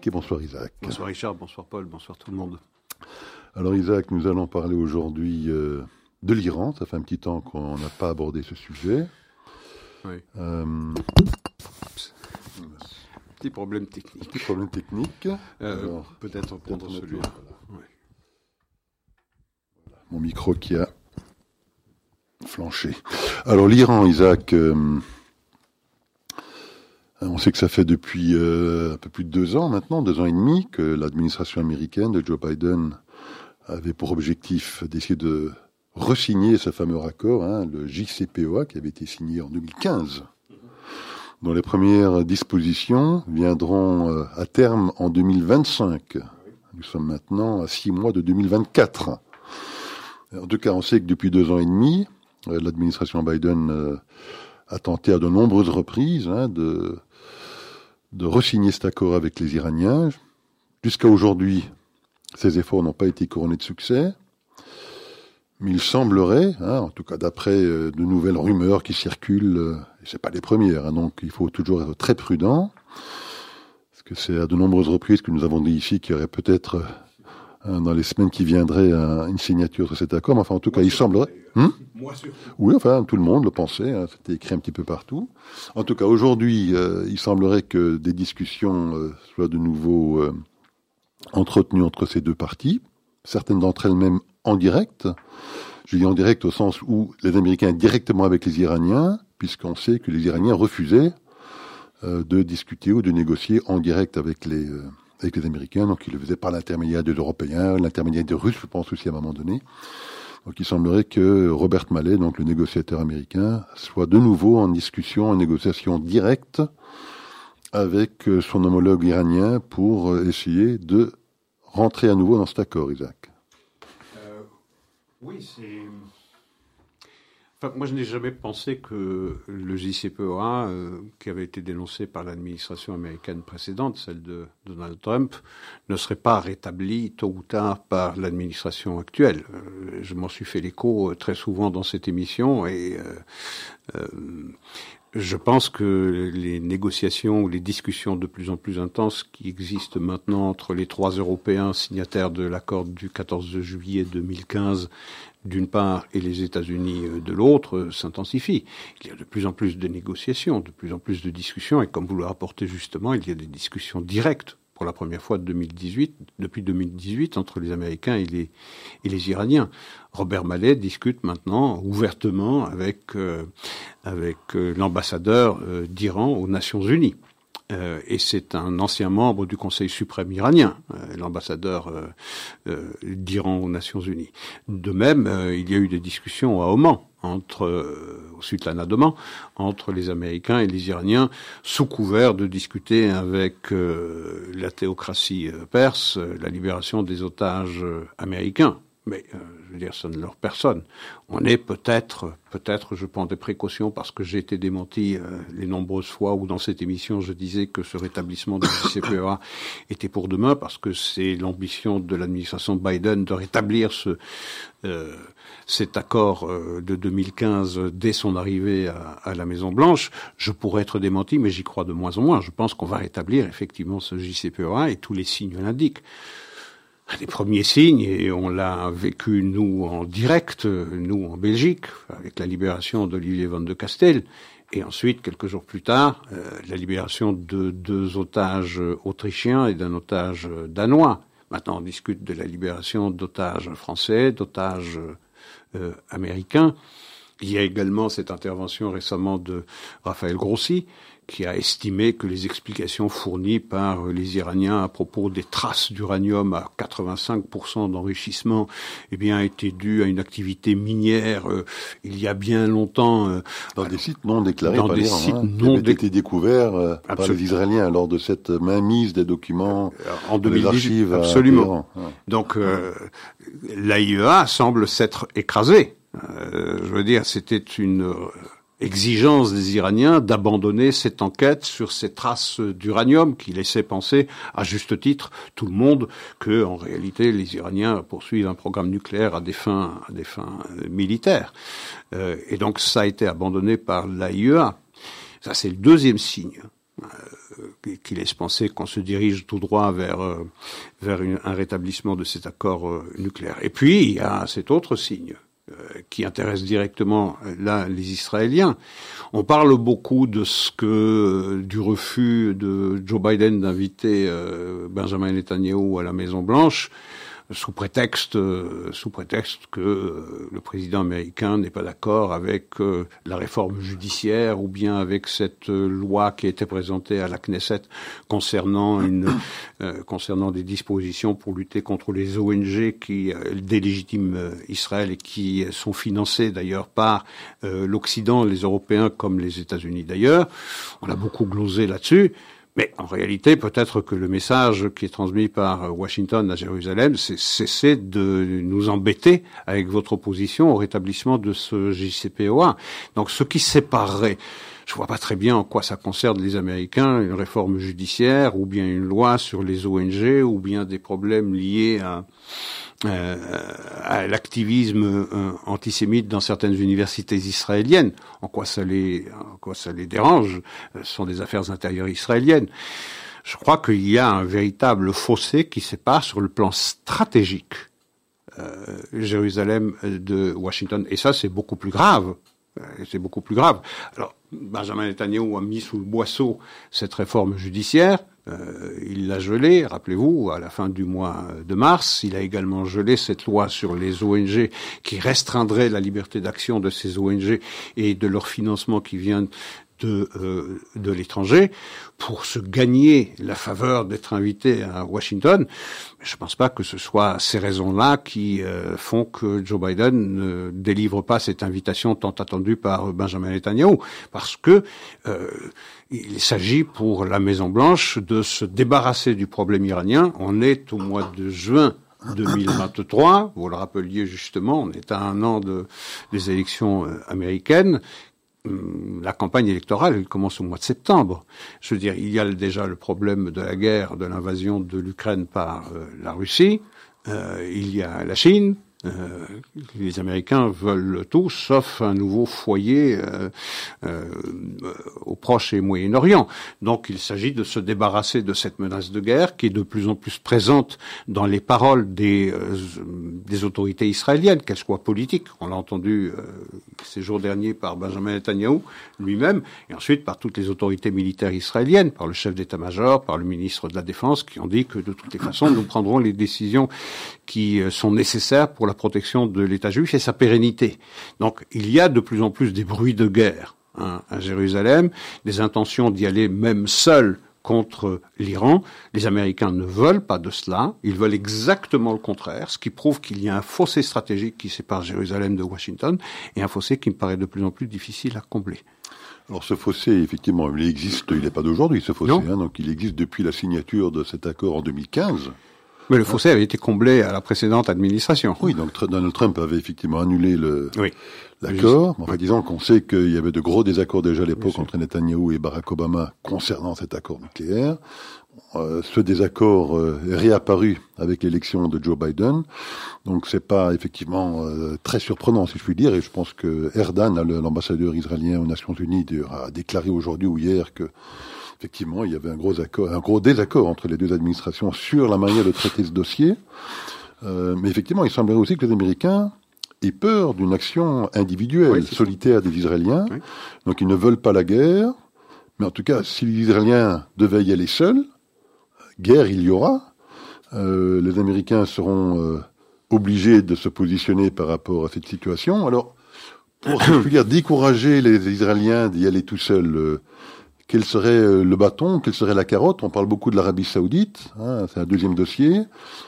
et bonsoir Isaac. Bonsoir Richard, bonsoir Paul, bonsoir tout le monde. Alors Isaac, nous allons parler aujourd'hui de l'Iran. Ça fait un petit temps qu'on n'a pas abordé ce sujet. Oui. Petit problème technique. Alors, peut-être prendre celui-là. Oui. Voilà, mon micro qui a flanché. Alors l'Iran, Isaac, on sait que ça fait depuis un peu plus de 2 ans maintenant, 2 ans et demi, que l'administration américaine de Joe Biden avait pour objectif d'essayer de re-signer ce fameux accord, le JCPOA, qui avait été signé en 2015. Dont les premières dispositions viendront à terme en 2025. Nous sommes maintenant à 6 mois de 2024. En tout cas, on sait que depuis 2 ans et demi, l'administration Biden a tenté à de nombreuses reprises de re-signer cet accord avec les Iraniens. Jusqu'à aujourd'hui, ces efforts n'ont pas été couronnés de succès. Mais il semblerait, en tout cas d'après de nouvelles rumeurs qui circulent, et c'est pas les premières, donc il faut toujours être très prudent, parce que c'est à de nombreuses reprises que nous avons dit ici qu'il y aurait peut-être, dans les semaines qui viendraient, une signature de cet accord. Mais enfin, en tout cas, il semblerait... Moi surtout. Oui, enfin, tout le monde le pensait, c'était écrit un petit peu partout. En tout cas, aujourd'hui, il semblerait que des discussions soient de nouveau entretenues entre ces deux parties, certaines d'entre elles même en direct. Je dis en direct au sens où les Américains directement avec les Iraniens, puisqu'on sait que les Iraniens refusaient de discuter ou de négocier en direct avec les Américains. Donc ils le faisaient par l'intermédiaire des Européens, l'intermédiaire des Russes, je pense aussi à un moment donné. Donc il semblerait que Robert Malley, donc le négociateur américain, soit de nouveau en discussion, en négociation directe avec son homologue iranien pour essayer de rentrer à nouveau dans cet accord, Isaac. Oui, c'est... Enfin, moi, je n'ai jamais pensé que le JCPOA, qui avait été dénoncé par l'administration américaine précédente, celle de Donald Trump, ne serait pas rétabli tôt ou tard par l'administration actuelle. Je m'en suis fait l'écho très souvent dans cette émission et je pense que les négociations ou les discussions de plus en plus intenses qui existent maintenant entre les 3 Européens signataires de l'accord du 14 juillet 2015 d'une part et les États-Unis de l'autre s'intensifient. Il y a de plus en plus de négociations, de plus en plus de discussions et comme vous le rapportez justement, il y a des discussions directes pour la première fois depuis 2018 entre les Américains et les Iraniens. Robert Malley discute maintenant ouvertement avec l'ambassadeur d'Iran aux Nations Unies. Et c'est un ancien membre du Conseil suprême iranien, l'ambassadeur d'Iran aux Nations Unies. De même, il y a eu des discussions à Oman, au Sultanat d'Oman, entre les Américains et les Iraniens, sous couvert de discuter avec la théocratie perse la libération des otages américains. Mais, je veux dire, ça ne leur personne. On est peut-être, je prends des précautions parce que j'ai été démenti les nombreuses fois où dans cette émission je disais que ce rétablissement du JCPOA était pour demain parce que c'est l'ambition de l'administration Biden de rétablir cet accord de 2015 dès son arrivée à la Maison-Blanche. Je pourrais être démenti, mais j'y crois de moins en moins. Je pense qu'on va rétablir effectivement ce JCPOA et tous les signes l'indiquent. Les premiers signes, et on l'a vécu nous en direct, nous en Belgique, avec la libération d'Olivier Van de Castel, et ensuite, quelques jours plus tard, la libération de 2 otages autrichiens et d'un otage danois. Maintenant, on discute de la libération d'otages français, d'otages américains. Il y a également cette intervention récemment de Raphaël Grossi, qui a estimé que les explications fournies par les Iraniens à propos des traces d'uranium à 85% d'enrichissement, étaient dues à une activité minière il y a bien longtemps. Dans des sites non déclarés dans par des l'Iran, sites qui avaient été découverts par les Israéliens lors de cette mainmise des documents en des 2018, archives absolument. à Téhéran. Donc l'AIEA semble s'être écrasée. Je veux dire, c'était une exigence des Iraniens d'abandonner cette enquête sur ces traces d'uranium qui laissait penser, à juste titre, tout le monde que, en réalité, les Iraniens poursuivent un programme nucléaire à des fins militaires. Et donc, ça a été abandonné par l'AIEA. Ça, c'est le deuxième signe. qui laisse penser qu'on se dirige tout droit vers un rétablissement de cet accord nucléaire. Et puis, il y a cet autre signe qui intéresse directement là les Israéliens. On parle beaucoup du refus de Joe Biden d'inviter Benjamin Netanyahou à la Maison Blanche, sous prétexte que le président américain n'est pas d'accord avec la réforme judiciaire ou bien avec cette loi qui a été présentée à la Knesset concernant des dispositions pour lutter contre les ONG qui délégitiment Israël et qui sont financées d'ailleurs par l'Occident, les Européens comme les États-Unis d'ailleurs. On a beaucoup glosé là-dessus. Mais en réalité, peut-être que le message qui est transmis par Washington à Jérusalem, c'est cesser de nous embêter avec votre opposition au rétablissement de ce JCPOA. Donc ce qui séparerait, je vois pas très bien en quoi ça concerne les Américains, une réforme judiciaire ou bien une loi sur les ONG ou bien des problèmes liés à l'activisme antisémite dans certaines universités israéliennes. En quoi ça les dérange? Ce sont des affaires intérieures israéliennes. Je crois qu'il y a un véritable fossé qui sépare sur le plan stratégique Jérusalem de Washington. Et ça, c'est beaucoup plus grave. C'est beaucoup plus grave. Alors, Benjamin Netanyahou a mis sous le boisseau cette réforme judiciaire. Il l'a gelée, rappelez-vous, à la fin du mois de mars. Il a également gelé cette loi sur les ONG qui restreindrait la liberté d'action de ces ONG et de leur financement qui vient de l'étranger pour se gagner la faveur d'être invité à Washington. Je ne pense pas que ce soit ces raisons-là qui font que Joe Biden ne délivre pas cette invitation tant attendue par Benjamin Netanyahou, parce que il s'agit pour la Maison-Blanche de se débarrasser du problème iranien. On est au mois de juin 2023, vous le rappeliez justement, on est à un an des élections américaines. La campagne électorale, elle commence au mois de septembre. Je veux dire, il y a déjà le problème de la guerre, de l'invasion de l'Ukraine par la Russie. Il y a la Chine. Les Américains veulent tout, sauf un nouveau foyer au Proche et Moyen-Orient. Donc il s'agit de se débarrasser de cette menace de guerre qui est de plus en plus présente dans les paroles des autorités israéliennes, qu'elles soient politiques. On l'a entendu ces jours derniers par Benjamin Netanyahou lui-même, et ensuite par toutes les autorités militaires israéliennes, par le chef d'état-major, par le ministre de la Défense, qui ont dit que de toutes les façons, nous prendrons les décisions qui sont nécessaires pour la protection de l'État juif et sa pérennité. Donc, il y a de plus en plus des bruits de guerre à Jérusalem, des intentions d'y aller même seuls contre l'Iran. Les Américains ne veulent pas de cela. Ils veulent exactement le contraire, ce qui prouve qu'il y a un fossé stratégique qui sépare Jérusalem de Washington et un fossé qui me paraît de plus en plus difficile à combler. Alors ce fossé, effectivement, il existe, il n'est pas d'aujourd'hui ce fossé, donc il existe depuis la signature de cet accord en 2015. Mais le fossé avait été comblé à la précédente administration. Oui, donc Donald Trump avait effectivement annulé l'accord. Enfin, disons qu'on sait qu'il y avait de gros désaccords déjà à l'époque entre Netanyahou et Barack Obama concernant cet accord nucléaire. Ce désaccord est réapparu avec l'élection de Joe Biden. Donc c'est pas effectivement très surprenant, si je puis dire. Et je pense que Erdan, l'ambassadeur israélien aux Nations Unies, a déclaré aujourd'hui ou hier que effectivement, il y avait un gros désaccord entre les deux administrations sur la manière de traiter ce dossier. Mais effectivement, il semblerait aussi que les Américains aient peur d'une action individuelle, solitaire des Israéliens. Oui. Donc ils ne veulent pas la guerre. Mais en tout cas, si les Israéliens devaient y aller seuls, guerre il y aura. Les Américains seront obligés de se positionner par rapport à cette situation. Alors, pour je puis dire, décourager les Israéliens d'y aller tout seuls, quel serait le bâton, quelle serait la carotte? On parle beaucoup de l'Arabie Saoudite, c'est un deuxième dossier,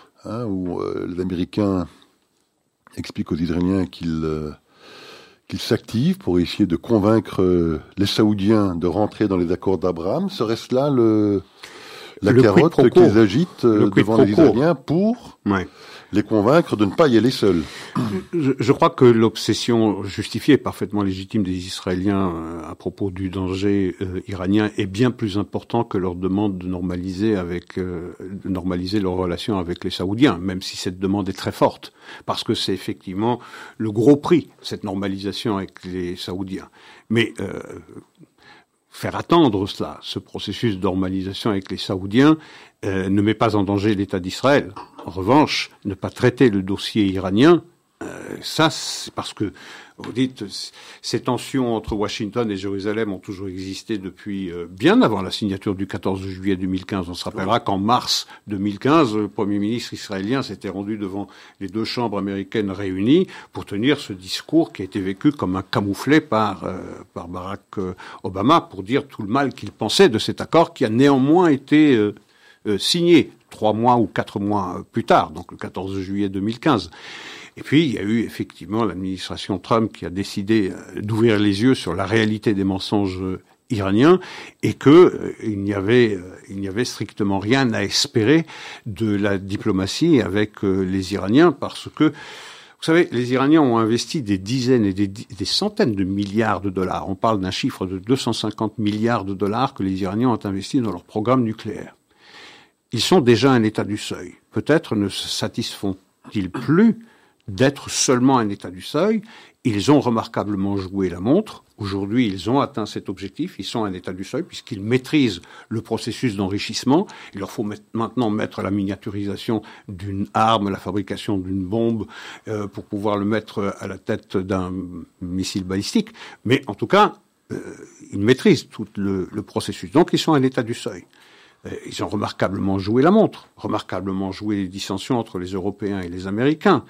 où les Américains expliquent aux Israéliens qu'ils s'activent pour essayer de convaincre les Saoudiens de rentrer dans les accords d'Abraham. Serait-ce là la carotte qu'ils agitent devant les Israéliens pour les convaincre de ne pas y aller seuls? Je crois que l'obsession justifiée, parfaitement légitime des Israéliens à propos du danger iranien est bien plus important que leur demande de normaliser leurs relations avec les Saoudiens, même si cette demande est très forte, parce que c'est effectivement le gros prix, cette normalisation avec les Saoudiens. Mais faire attendre cela. Ce processus de normalisation avec les Saoudiens ne met pas en danger l'État d'Israël. En revanche, ne pas traiter le dossier iranien, ça, c'est parce que, vous dites, ces tensions entre Washington et Jérusalem ont toujours existé depuis bien avant la signature du 14 juillet 2015. On se rappellera qu'en mars 2015, le Premier ministre israélien s'était rendu devant les deux chambres américaines réunies pour tenir ce discours qui a été vécu comme un camouflet par Barack Obama pour dire tout le mal qu'il pensait de cet accord qui a néanmoins été signé 3 mois ou 4 mois plus tard, donc le 14 juillet 2015. Et puis, il y a eu effectivement l'administration Trump qui a décidé d'ouvrir les yeux sur la réalité des mensonges iraniens et que il n'y avait strictement rien à espérer de la diplomatie avec les Iraniens parce que, vous savez, les Iraniens ont investi des dizaines et des centaines de milliards de dollars. On parle d'un chiffre de 250 milliards de dollars que les Iraniens ont investi dans leur programme nucléaire. Ils sont déjà un état du seuil. Peut-être ne se satisfont-ils plus d'être seulement un état du seuil. Ils ont remarquablement joué la montre. Aujourd'hui, ils ont atteint cet objectif. Ils sont un état du seuil puisqu'ils maîtrisent le processus d'enrichissement. Il leur faut maintenant mettre la miniaturisation d'une arme, la fabrication d'une bombe pour pouvoir le mettre à la tête d'un missile balistique. Mais en tout cas, ils maîtrisent tout le processus. Donc, ils sont un état du seuil. Ils ont remarquablement joué la montre, remarquablement joué les dissensions entre les Européens et les Américains.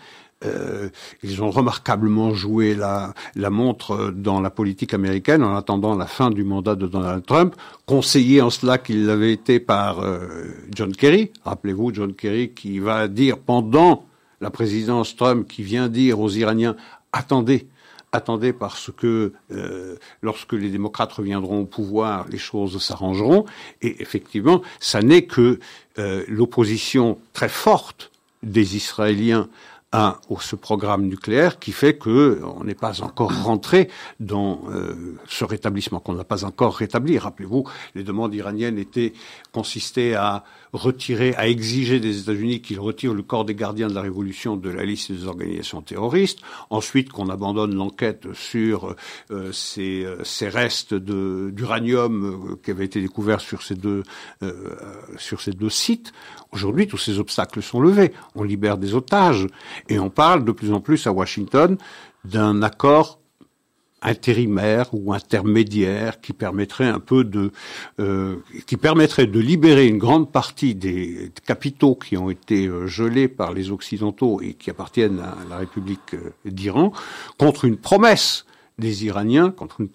Ils ont remarquablement joué la montre dans la politique américaine en attendant la fin du mandat de Donald Trump, conseillé en cela qu'il l'avait été par John Kerry. Rappelez-vous, John Kerry qui va dire pendant la présidence Trump, qui vient dire aux Iraniens « Attendez parce que lorsque les démocrates reviendront au pouvoir, les choses s'arrangeront. » Et effectivement, ça n'est que l'opposition très forte des Israéliens à ce programme nucléaire qui fait que on n'est pas encore rentré dans ce rétablissement, qu'on n'a pas encore rétabli. Rappelez-vous, les demandes iraniennes consistaient à exiger des États-Unis qu'ils retirent le corps des gardiens de la révolution de la liste des organisations terroristes, ensuite qu'on abandonne l'enquête sur ces restes d'uranium qui avaient été découverts sur ces deux sites. Aujourd'hui, tous ces obstacles sont levés. On libère des otages et on parle de plus en plus à Washington d'un accord intérimaire ou intermédiaire qui permettrait de libérer une grande partie des capitaux qui ont été gelés par les Occidentaux et qui appartiennent à la République d'Iran contre une promesse des Iraniens,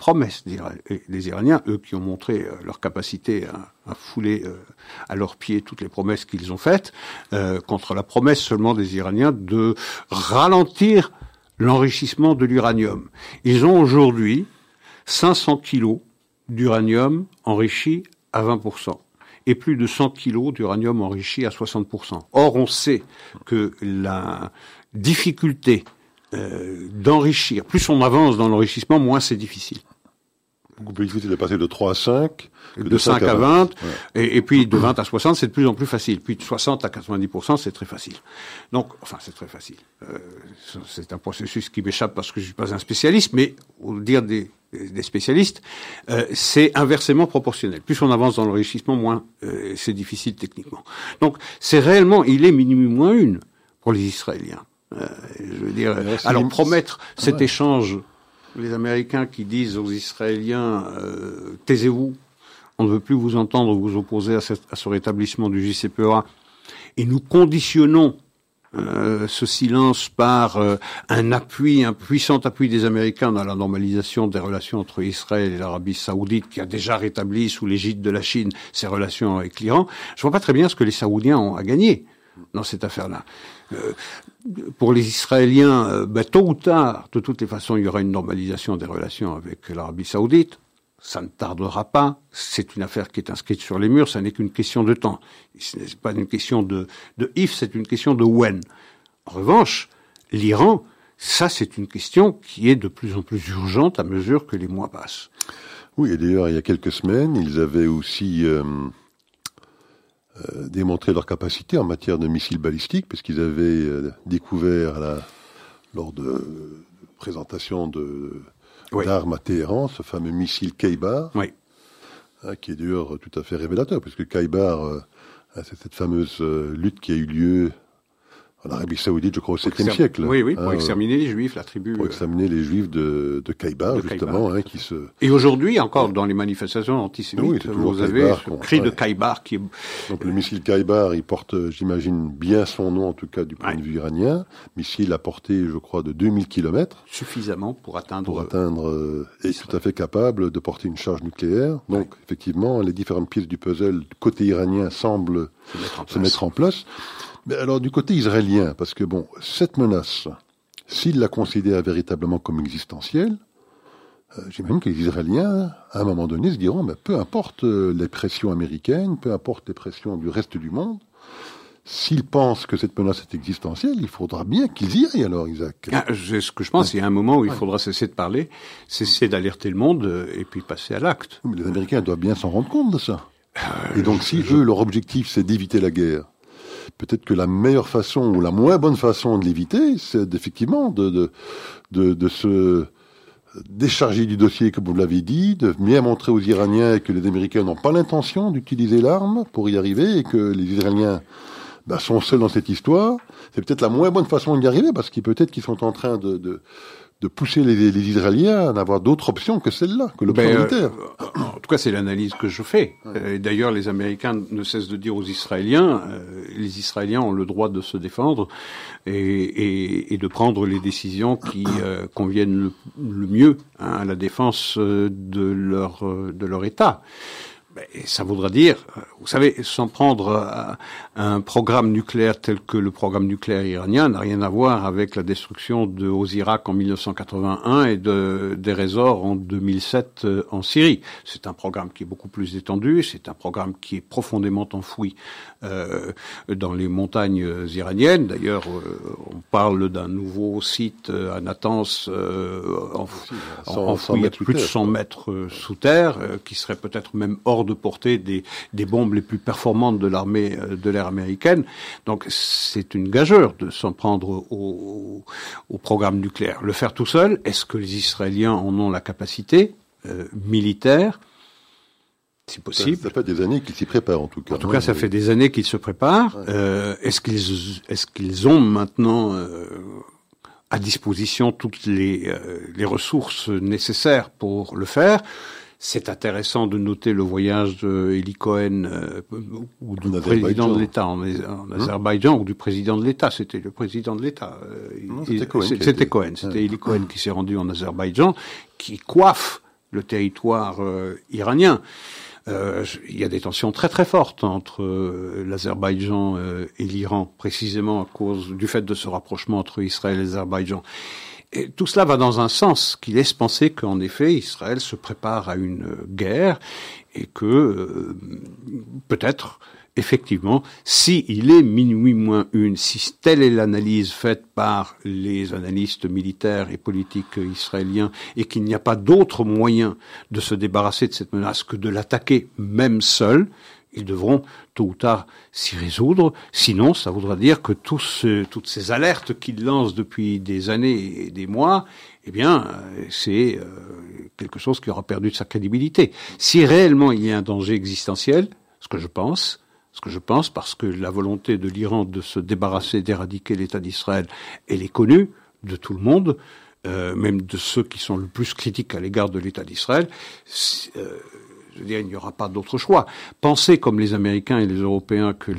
eux qui ont montré leur capacité à fouler à leurs pieds toutes les promesses qu'ils ont faites, contre la promesse seulement des Iraniens de ralentir l'enrichissement de l'uranium. Ils ont aujourd'hui 500 kilos d'uranium enrichi à 20% et plus de 100 kilos d'uranium enrichi à 60%. Or, on sait que la difficulté d'enrichir, plus on avance dans l'enrichissement, moins c'est difficile. Beaucoup plus difficile de passer de 3 à 5 que de 5 à 20, ouais. et puis de 20 à 60, c'est de plus en plus facile. Puis de 60 à 90%, c'est très facile. Donc, enfin, c'est très facile. C'est un processus qui m'échappe parce que je suis pas un spécialiste, mais au dire des spécialistes, c'est inversement proportionnel. Plus on avance dans l'enrichissement, moins c'est difficile techniquement. Donc, c'est réellement, il est minuit moins une pour les Israéliens. Je veux dire, alors promettre cet échange, les Américains qui disent aux Israéliens taisez-vous, on ne veut plus vous entendre vous opposer à ce rétablissement du JCPOA, et nous conditionnons ce silence par un puissant appui des Américains dans la normalisation des relations entre Israël et l'Arabie Saoudite, qui a déjà rétabli sous l'égide de la Chine ses relations avec l'Iran. Je vois pas très bien ce que les Saoudiens ont à gagner dans cette affaire-là. Pour les Israéliens, tôt ou tard, de toutes les façons, il y aura une normalisation des relations avec l'Arabie Saoudite. Ça ne tardera pas. C'est une affaire qui est inscrite sur les murs. Ça n'est qu'une question de temps. Ce n'est pas une question de if, c'est une question de when. En revanche, l'Iran, ça, c'est une question qui est de plus en plus urgente à mesure que les mois passent. Oui, et d'ailleurs, il y a quelques semaines, ils avaient aussi démontré leur capacité en matière de missiles balistiques, parce qu'ils avaient découvert lors de présentation d'armes à Téhéran, ce fameux missile Khaybar, oui, qui est d'ailleurs tout à fait révélateur, puisque Kaïbar, c'est cette fameuse lutte qui a eu lieu en Arabie Saoudite, je crois, au 7e siècle. Oui, pour exterminer les Juifs, la tribu. Pour exterminer les Juifs de Kaïbar, justement, Kaïbar. Qui se... Et aujourd'hui, encore dans les manifestations antisémites, vous avez ce cri de Kaïbar qui est... Donc le missile Kaïbar, il porte, j'imagine, bien son nom, en tout cas du point de vue iranien. Missile à portée, je crois, de 2000 km. Suffisamment pour atteindre... est tout à fait capable de porter une charge nucléaire. Donc, effectivement, les différentes pièces du puzzle côté iranien semblent se mettre en place. Mais alors, du côté israélien, parce que bon, cette menace, s'ils la considèrent véritablement comme existentielle, j'imagine que les Israéliens, à un moment donné, se diront, mais peu importe les pressions américaines, peu importe les pressions du reste du monde, s'ils pensent que cette menace est existentielle, il faudra bien qu'ils y aillent alors, Isaac. C'est ce que je pense, il y a un moment où il faudra cesser de parler, cesser d'alerter le monde, et puis passer à l'acte. Mais les Américains doivent bien s'en rendre compte de ça. Et donc, si eux, leur objectif, c'est d'éviter la guerre, peut-être que la meilleure façon ou la moins bonne façon de l'éviter, c'est effectivement de se décharger du dossier, comme vous l'avez dit, de bien montrer aux Iraniens que les Américains n'ont pas l'intention d'utiliser l'arme pour y arriver et que les Israéliens sont seuls dans cette histoire. C'est peut-être la moins bonne façon d'y arriver parce qu'ils peut-être qu'ils sont en train de pousser les Israéliens à n'avoir d'autres options que celle-là, que l'option militaire. En tout cas, c'est l'analyse que je fais. D'ailleurs, les Américains ne cessent de dire aux Israéliens, les Israéliens ont le droit de se défendre et de prendre les décisions qui conviennent le mieux à la défense de leur État. Et ça voudra dire, vous savez, s'en prendre à un programme nucléaire tel que le programme nucléaire iranien n'a rien à voir avec la destruction de Osirak en 1981 et des Resor en 2007 en Syrie. C'est un programme qui est beaucoup plus étendu, c'est un programme qui est profondément enfoui dans les montagnes iraniennes. D'ailleurs, on parle d'un nouveau site à Natanz enfoui à plus de 100 mètres sous terre, qui serait peut-être même hors de portée des bombes les plus performantes de l'armée de l'air américaine. Donc c'est une gageure de s'en prendre au programme nucléaire. Le faire tout seul, est-ce que les Israéliens en ont la capacité militaire? C'est possible. Ça fait des années qu'ils s'y préparent, en tout cas. En tout cas, ça fait des années qu'ils se préparent. Est-ce qu'ils ont maintenant à disposition toutes les ressources nécessaires pour le faire? C'est intéressant de noter le voyage d'Eli Cohen ou du président de l'État en Azerbaïdjan ou du président de l'État. C'était le président de l'État. C'était Cohen. C'était Cohen. C'était Eli Cohen qui s'est rendu en Azerbaïdjan, qui coiffe le territoire iranien. Il y a des tensions très très fortes entre l'Azerbaïdjan et l'Iran, précisément à cause du fait de ce rapprochement entre Israël et l'Azerbaïdjan. Et tout cela va dans un sens qui laisse penser qu'en effet, Israël se prépare à une guerre et que peut-être, effectivement, si il est minuit moins une, si telle est l'analyse faite par les analystes militaires et politiques israéliens et qu'il n'y a pas d'autre moyen de se débarrasser de cette menace que de l'attaquer même seul, ils devront tôt ou tard s'y résoudre. Sinon, ça voudra dire que toutes ces alertes qu'ils lancent depuis des années et des mois, eh bien, c'est quelque chose qui aura perdu de sa crédibilité. Si réellement il y a un danger existentiel, ce que je pense, parce que la volonté de l'Iran de se débarrasser, d'éradiquer l'État d'Israël, elle est connue de tout le monde, même de ceux qui sont le plus critiques à l'égard de l'État d'Israël. Je veux dire, il n'y aura pas d'autre choix. Penser comme les Américains et les Européens que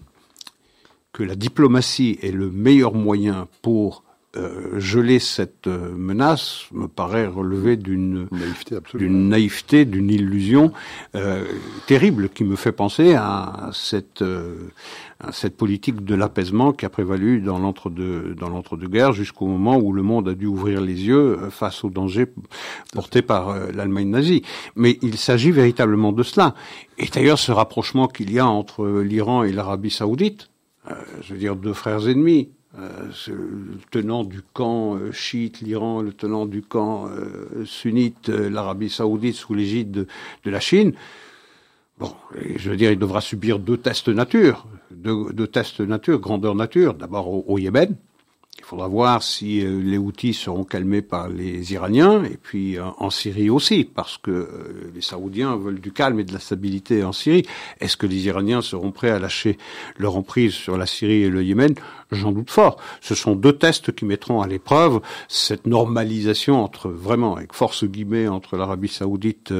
la diplomatie est le meilleur moyen pour geler cette menace me paraît relever d'une naïveté, d'une illusion terrible qui me fait penser à cette politique de l'apaisement qui a prévalu dans l'entre-deux-guerres jusqu'au moment où le monde a dû ouvrir les yeux face aux dangers portés par l'Allemagne nazie. Mais il s'agit véritablement de cela. Et d'ailleurs, ce rapprochement qu'il y a entre l'Iran et l'Arabie Saoudite, je veux dire deux frères ennemis, le tenant du camp chiite, l'Iran, le tenant du camp sunnite, l'Arabie Saoudite sous l'égide de la Chine. Bon, je veux dire, il devra subir deux tests nature, grandeur nature. D'abord au Yémen, Il faudra voir si les Houthis seront calmés par les Iraniens, et puis en Syrie aussi, parce que les Saoudiens veulent du calme et de la stabilité en Syrie. Est-ce que les Iraniens seront prêts à lâcher leur emprise sur la Syrie et le Yémen? J'en doute fort. Ce sont deux tests qui mettront à l'épreuve cette normalisation entre, vraiment, avec force guillemets, entre l'Arabie Saoudite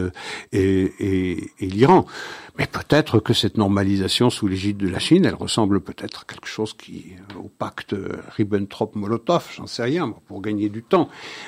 et l'Iran. Mais peut-être que cette normalisation sous l'égide de la Chine, elle ressemble peut-être à quelque chose au pacte Ribbentrop-Molotov, j'en sais rien, moi, pour gagner du temps.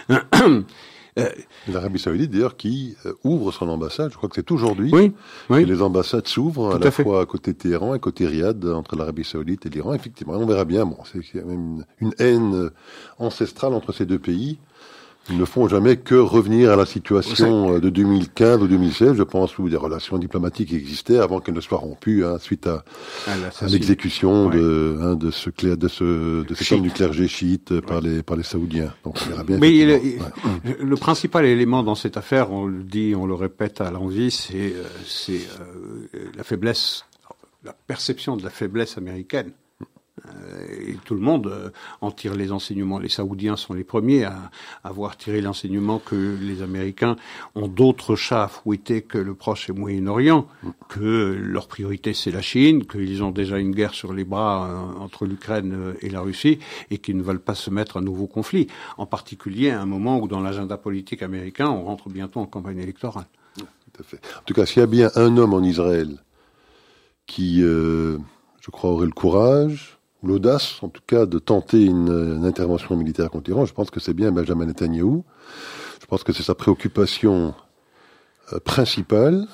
L'Arabie Saoudite, d'ailleurs, qui ouvre son ambassade, je crois que c'est aujourd'hui, oui. que les ambassades s'ouvrent Tout à fois à côté de Téhéran et côté Riyad, entre l'Arabie Saoudite et l'Iran. Effectivement, on verra bien. Bon, c'est même une haine ancestrale entre ces deux pays. Ils ne font jamais que revenir à la situation de 2015 ou 2016, je pense, où des relations diplomatiques existaient avant qu'elles ne soient rompues, suite à l'exécution de cet homme du clergé chiite par les Saoudiens. Donc on verra bien. Mais le principal élément dans cette affaire, on le dit, on le répète à l'envi, c'est la faiblesse, la perception de la faiblesse américaine. Et tout le monde en tire les enseignements. Les Saoudiens sont les premiers à avoir tiré l'enseignement que les Américains ont d'autres chats à fouetter que le Proche et Moyen-Orient, que leur priorité c'est la Chine, qu'ils ont déjà une guerre sur les bras entre l'Ukraine et la Russie et qu'ils ne veulent pas se mettre à nouveau conflit. En particulier à un moment où dans l'agenda politique américain, on rentre bientôt en campagne électorale. Tout à fait. En tout cas, s'il y a bien un homme en Israël qui, je crois, aurait le courage, l'audace, en tout cas, de tenter une intervention militaire contre l'Iran, je pense que c'est bien Benjamin Netanyahou. Je pense que c'est sa préoccupation principale.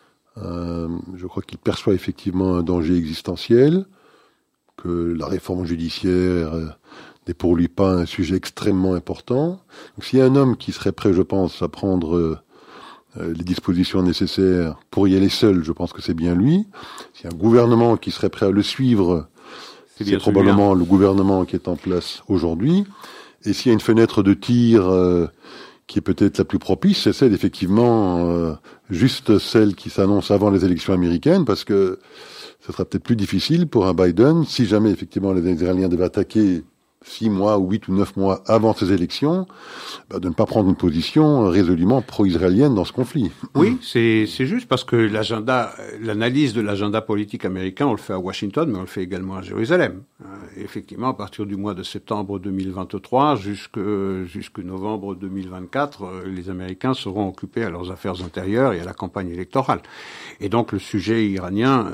Je crois qu'il perçoit effectivement un danger existentiel, que la réforme judiciaire n'est pour lui pas un sujet extrêmement important. Donc, s'il y a un homme qui serait prêt, je pense, à prendre les dispositions nécessaires pour y aller seul, je pense que c'est bien lui. S'il y a un gouvernement qui serait prêt à le suivre, c'est probablement le gouvernement qui est en place aujourd'hui. Et s'il y a une fenêtre de tir qui est peut-être la plus propice, c'est celle, effectivement, juste celle qui s'annonce avant les élections américaines, parce que ce sera peut-être plus difficile pour un Biden, si jamais, effectivement, les Israéliens devaient attaquer 6 mois ou 8 ou 9 mois avant ces élections, de ne pas prendre une position résolument pro-israélienne dans ce conflit. Oui, c'est juste parce que l'analyse de l'agenda politique américain, on le fait à Washington, mais on le fait également à Jérusalem. Effectivement, à partir du mois de septembre 2023 jusque novembre 2024, les Américains seront occupés à leurs affaires intérieures et à la campagne électorale. Et donc le sujet iranien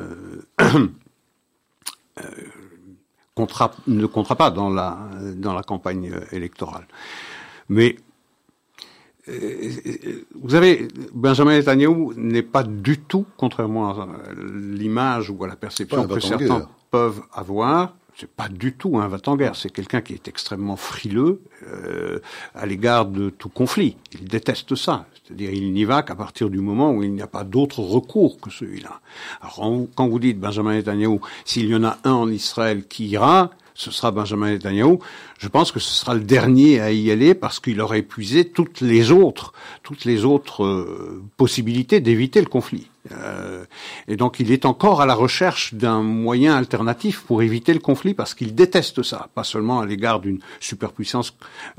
ne comptera pas dans la campagne électorale. Mais vous avez, Benjamin Netanyahou n'est pas du tout, contrairement à l'image ou à la perception que certains peuvent avoir, c'est pas du tout un va-t-en-guerre. C'est quelqu'un qui est extrêmement frileux à l'égard de tout conflit. Il déteste ça. C'est-à-dire, il n'y va qu'à partir du moment où il n'y a pas d'autre recours que celui-là. Alors, quand vous dites Benjamin Netanyahou, s'il y en a un en Israël qui ira, ce sera Benjamin Netanyahou. Je pense que ce sera le dernier à y aller parce qu'il aura épuisé toutes les autres possibilités d'éviter le conflit. Et donc il est encore à la recherche d'un moyen alternatif pour éviter le conflit parce qu'il déteste ça, pas seulement à l'égard d'une superpuissance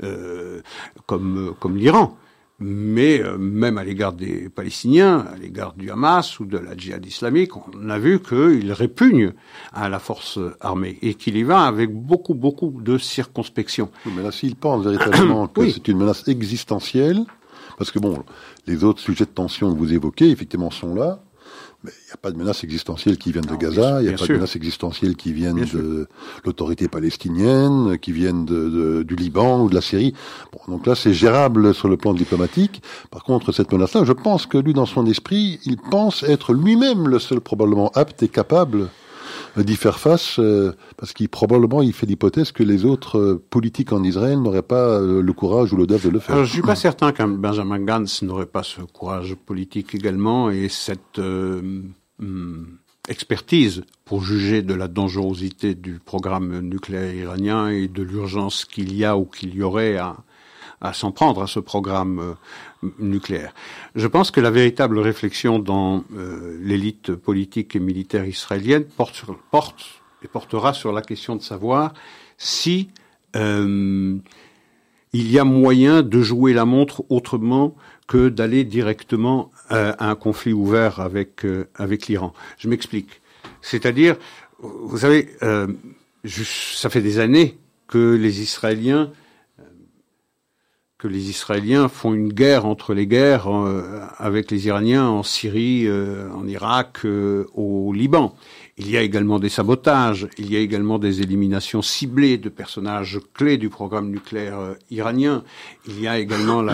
comme l'Iran, mais même à l'égard des Palestiniens, à l'égard du Hamas ou de la djihad islamique, on a vu qu'il répugne à la force armée et qu'il y va avec beaucoup de circonspection. Oui, mais là, s'il pense véritablement que c'est une menace existentielle, parce que bon, les autres sujets de tension que vous évoquez, effectivement, sont là, mais il n'y a pas de menace existentielle qui vienne de Gaza, il n'y a pas de menace existentielle qui vienne de l'autorité palestinienne, qui vienne du Liban ou de la Syrie. Bon, donc là, c'est gérable sur le plan diplomatique. Par contre, cette menace-là, je pense que lui, dans son esprit, il pense être lui-même le seul probablement apte et capable d'y faire face, parce qu'il fait l'hypothèse que les autres politiques en Israël n'auraient pas le courage ou l'audace de le faire. Alors, je suis pas certain qu'un Benjamin Gantz n'aurait pas ce courage politique également et cette expertise pour juger de la dangerosité du programme nucléaire iranien et de l'urgence qu'il y a ou qu'il y aurait à s'en prendre à ce programme nucléaire. Je pense que la véritable réflexion dans l'élite politique et militaire israélienne portera sur la question de savoir si il y a moyen de jouer la montre autrement que d'aller directement à un conflit ouvert avec l'Iran. Je m'explique. C'est-à-dire, vous savez, ça fait des années que les Israéliens font une guerre entre les guerres avec les Iraniens en Syrie, en Irak, au Liban. Il y a également des sabotages, il y a également des éliminations ciblées de personnages clés du programme nucléaire iranien. Il y a également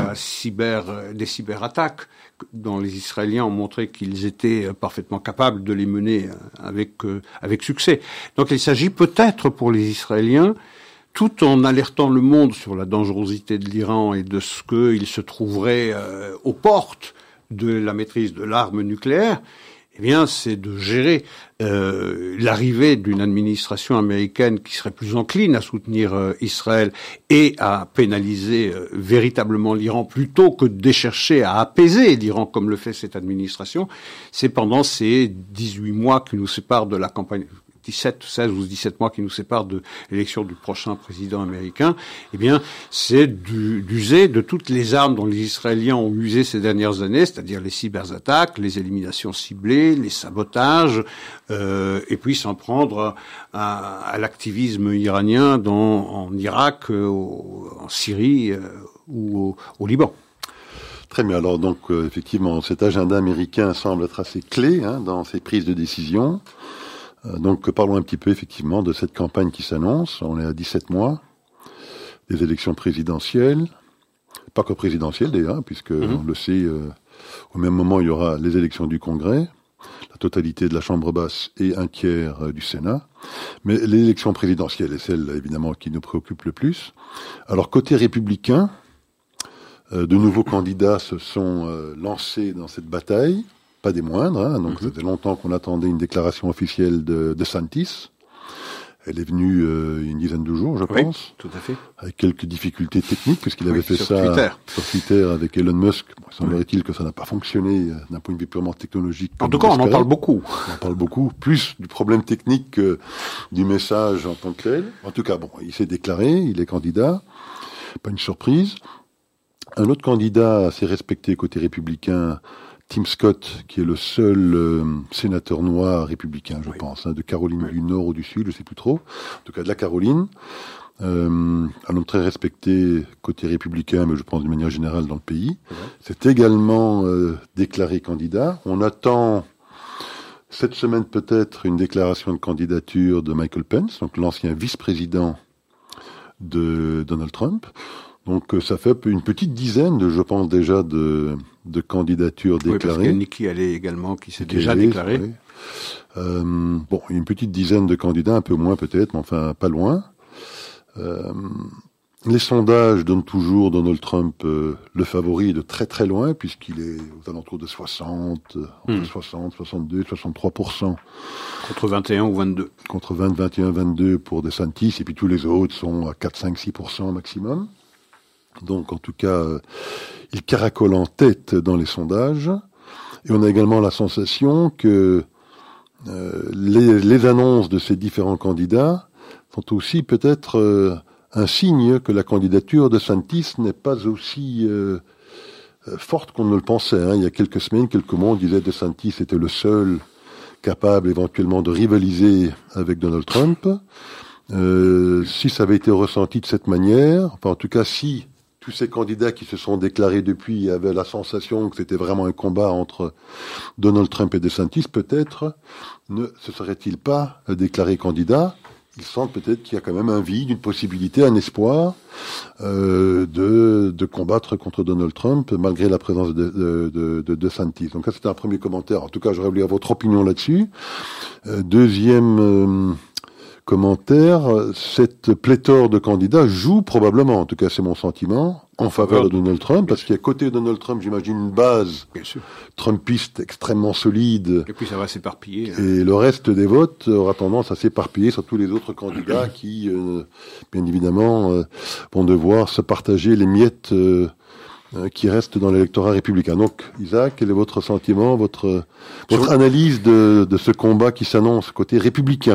des cyberattaques dont les Israéliens ont montré qu'ils étaient parfaitement capables de les mener avec succès. Donc il s'agit peut-être pour les Israéliens, tout en alertant le monde sur la dangerosité de l'Iran et de ce qu'il se trouverait aux portes de la maîtrise de l'arme nucléaire, eh bien, c'est de gérer l'arrivée d'une administration américaine qui serait plus encline à soutenir Israël et à pénaliser véritablement l'Iran plutôt que de chercher à apaiser l'Iran comme le fait cette administration. C'est pendant ces 18 mois qui nous séparent de la campagne, 16 ou 17 mois qui nous séparent de l'élection du prochain président américain, eh bien, c'est d'user de toutes les armes dont les Israéliens ont usé ces dernières années, c'est-à-dire les cyberattaques, les éliminations ciblées, les sabotages, et puis s'en prendre à l'activisme iranien en Irak, en Syrie ou au Liban. Très bien. Alors donc, effectivement, cet agenda américain semble être assez clé dans ses prises de décision. Donc parlons un petit peu effectivement de cette campagne qui s'annonce. On est à 17 mois des élections présidentielles, pas que présidentielles d'ailleurs, puisque on le sait, au même moment il y aura les élections du Congrès, la totalité de la Chambre basse et un tiers du Sénat. Mais l'élection présidentielle est celle évidemment qui nous préoccupe le plus. Alors côté républicain, de nouveaux candidats se sont lancés dans cette bataille. Pas des moindres, donc ça fait longtemps qu'on attendait une déclaration officielle de DeSantis. Elle est venue une dizaine de jours, je pense. Oui, tout à fait. Avec quelques difficultés techniques, puisqu'il avait fait ça sur Twitter avec Elon Musk. Bon, il semblerait-il que ça n'a pas fonctionné d'un point de vue purement technologique. En tout cas, on en parle beaucoup. On en parle beaucoup, plus du problème technique que du message en tant que tel. En tout cas, bon, il s'est déclaré, il est candidat. Pas une surprise. Un autre candidat assez respecté côté républicain, Tim Scott, qui est le seul sénateur noir républicain, je pense, de Caroline du Nord ou du Sud, je sais plus trop. En tout cas, de la Caroline. Un homme très respecté côté républicain, mais je pense d'une manière générale dans le pays. C'est également déclaré candidat. On attend cette semaine peut-être une déclaration de candidature de Michael Pence, donc l'ancien vice-président de Donald Trump. Donc ça fait une petite dizaine, je pense déjà, de candidatures déclarées. Oui, parce qu'il y a Nikki Haley également qui s'est déjà déclarée. Oui. Bon, une petite dizaine de candidats, un peu moins peut-être, mais enfin pas loin. Les sondages donnent toujours Donald Trump le favori de très très loin, puisqu'il est aux alentours de 60, 62, 63%. Contre 21 ou 22. Contre 20, 21, 22 pour DeSantis, et puis tous les autres sont à 4, 5, 6% maximum. Donc, en tout cas, il caracole en tête dans les sondages. Et on a également la sensation que les annonces de ces différents candidats sont aussi peut-être un signe que la candidature de DeSantis n'est pas aussi forte qu'on ne le pensait. Il y a quelques semaines, quelques mois, on disait que DeSantis était le seul capable éventuellement de rivaliser avec Donald Trump. Si ça avait été ressenti de cette manière, enfin en tout cas si tous ces candidats qui se sont déclarés depuis avaient la sensation que c'était vraiment un combat entre Donald Trump et DeSantis, peut-être ne se serait-il pas déclaré candidat. Ils sentent peut-être qu'il y a quand même un vide, une possibilité, un espoir de combattre contre Donald Trump malgré la présence de DeSantis. Donc ça, c'était un premier commentaire. En tout cas, j'aurais voulu avoir votre opinion là-dessus. Deuxième commentaire, cette pléthore de candidats joue probablement, en tout cas c'est mon sentiment, en faveur de Donald Trump, parce qu'il y a côté Donald Trump, j'imagine, une base trumpiste extrêmement solide. Et puis ça va s'éparpiller. Et le reste des votes aura tendance à s'éparpiller sur tous les autres candidats qui, bien évidemment, vont devoir se partager les miettes qui restent dans l'électorat républicain. Donc, Isaac, quel est votre sentiment, votre analyse de ce combat qui s'annonce côté républicain?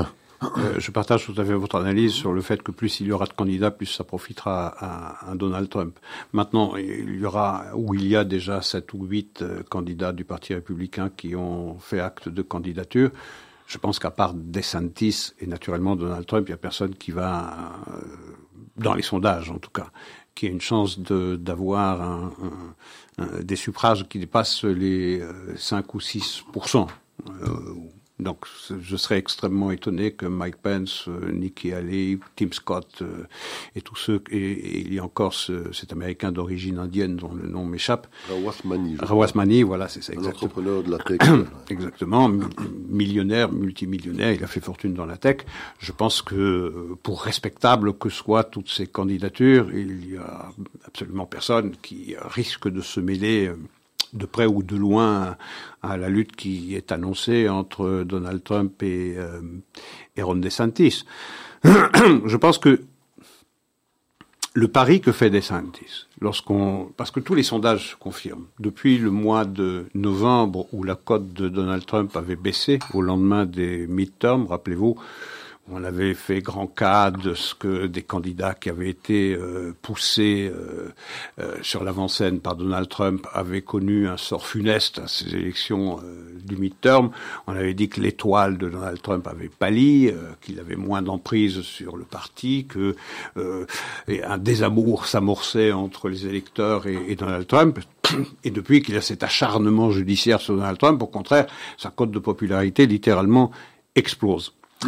Je partage tout à fait votre analyse sur le fait que plus il y aura de candidats, plus ça profitera à Donald Trump. Maintenant, il y a déjà 7 ou 8 candidats du Parti républicain qui ont fait acte de candidature. Je pense qu'à part DeSantis et naturellement Donald Trump, il n'y a personne qui va, dans les sondages en tout cas, qui a une chance d'avoir des suffrages qui dépassent les 5 ou 6%. Donc, je serais extrêmement étonné que Mike Pence, Nikki Haley, Tim Scott et tous ceux, et il y a encore cet Américain d'origine indienne dont le nom m'échappe. Rawasmani, voilà, c'est ça, exactement. Un entrepreneur de la tech. Exactement, millionnaire, multimillionnaire, il a fait fortune dans la tech. Je pense que, pour respectable que soient toutes ces candidatures, il y a absolument personne qui risque de se mêler de près ou de loin à la lutte qui est annoncée entre Donald Trump et Ron DeSantis. Je pense que le pari que fait DeSantis, parce que tous les sondages confirment, depuis le mois de novembre où la cote de Donald Trump avait baissé au lendemain des midterms, rappelez-vous, on avait fait grand cas de ce que des candidats qui avaient été poussés sur l'avant-scène par Donald Trump avaient connu un sort funeste à ces élections du midterm. On avait dit que l'étoile de Donald Trump avait pâli, qu'il avait moins d'emprise sur le parti, que un désamour s'amorçait entre les électeurs et Donald Trump. Et depuis qu'il a cet acharnement judiciaire sur Donald Trump, au contraire, sa cote de popularité littéralement explose.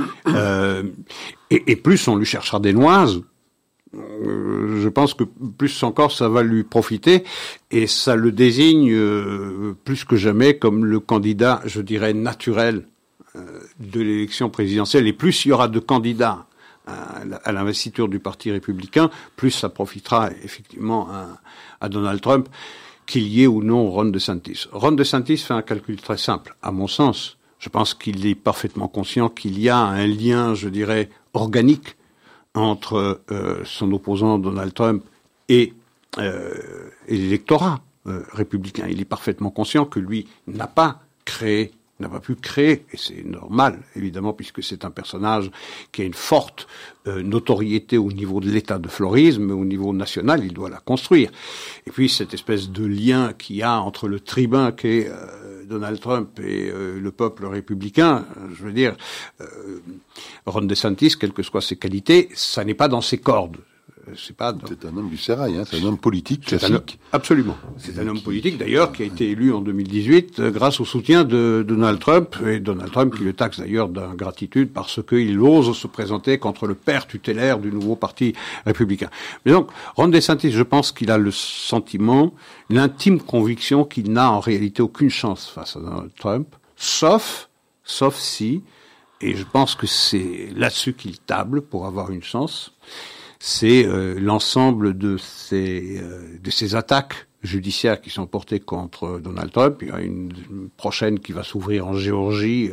Et plus on lui cherchera des noises, je pense que plus encore ça va lui profiter, et ça le désigne plus que jamais comme le candidat, je dirais, naturel de l'élection présidentielle. Et plus il y aura de candidats à l'investiture du Parti républicain, plus ça profitera effectivement à Donald Trump, qu'il y ait ou non Ron DeSantis. Ron DeSantis fait un calcul très simple, à mon sens. Je pense qu'il est parfaitement conscient qu'il y a un lien, je dirais, organique entre son opposant Donald Trump et l'électorat républicain. Il est parfaitement conscient que lui n'a pas pu créer, et c'est normal, évidemment, puisque c'est un personnage qui a une forte notoriété au niveau de l'État de Floride, mais au niveau national, il doit la construire. Et puis, cette espèce de lien qu'il y a entre le tribun qu'est Donald Trump et le peuple républicain, je veux dire, Ron DeSantis, quelles que soient ses qualités, ça n'est pas dans ses cordes. C'est un homme du sérail, c'est un homme politique classique. Absolument. C'est un homme politique, d'ailleurs, qui a été élu en 2018 grâce au soutien de Donald Trump, et Donald Trump qui le taxe d'ailleurs d'ingratitude parce qu'il ose se présenter contre le père tutélaire du nouveau parti républicain. Mais donc, Ron DeSantis, je pense qu'il a le sentiment, l'intime conviction qu'il n'a en réalité aucune chance face à Donald Trump, sauf si, et je pense que c'est là-dessus qu'il table pour avoir une chance, c'est l'ensemble de ces attaques judiciaires qui sont portées contre Donald Trump. Il y a une prochaine qui va s'ouvrir en Géorgie.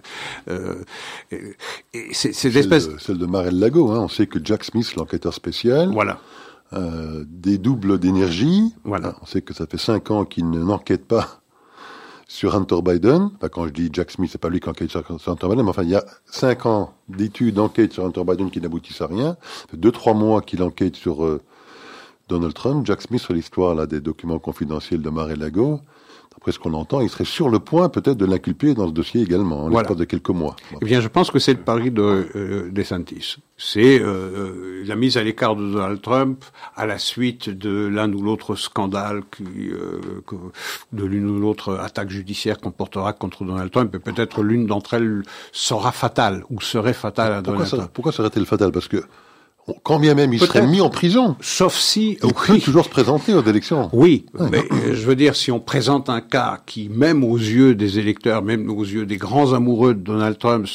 Et celle de Mar-a-Lago. On sait que Jack Smith, l'enquêteur spécial, voilà, dédouble d'énergie. Voilà. On sait que ça fait 5 ans qu'il n'enquête pas sur Hunter Biden. Enfin, quand je dis Jack Smith, c'est pas lui qui enquête sur Hunter Biden, mais enfin, il y a 5 ans d'études d'enquête sur Hunter Biden qui n'aboutissent à rien. Ça fait 2-3 mois qu'il enquête sur Donald Trump. Jack Smith, sur l'histoire là des documents confidentiels de Mar-a-Lago. D'après ce qu'on entend, il serait sur le point peut-être de l'inculper dans ce dossier également, en l'espace de quelques mois. Eh bien, je pense que c'est le pari de DeSantis. C'est la mise à l'écart de Donald Trump à la suite de l'un ou l'autre scandale, de l'une ou l'autre attaque judiciaire qu'on portera contre Donald Trump, et peut-être l'une d'entre elles sera fatale ou serait fatale à Donald Trump. Pourquoi serait-elle fatale ? Parce que quand bien même il serait mis en prison, sauf si il peut toujours se présenter aux élections. Oui, mais je veux dire, si on présente un cas qui, même aux yeux des électeurs, même aux yeux des grands amoureux de Donald Trump,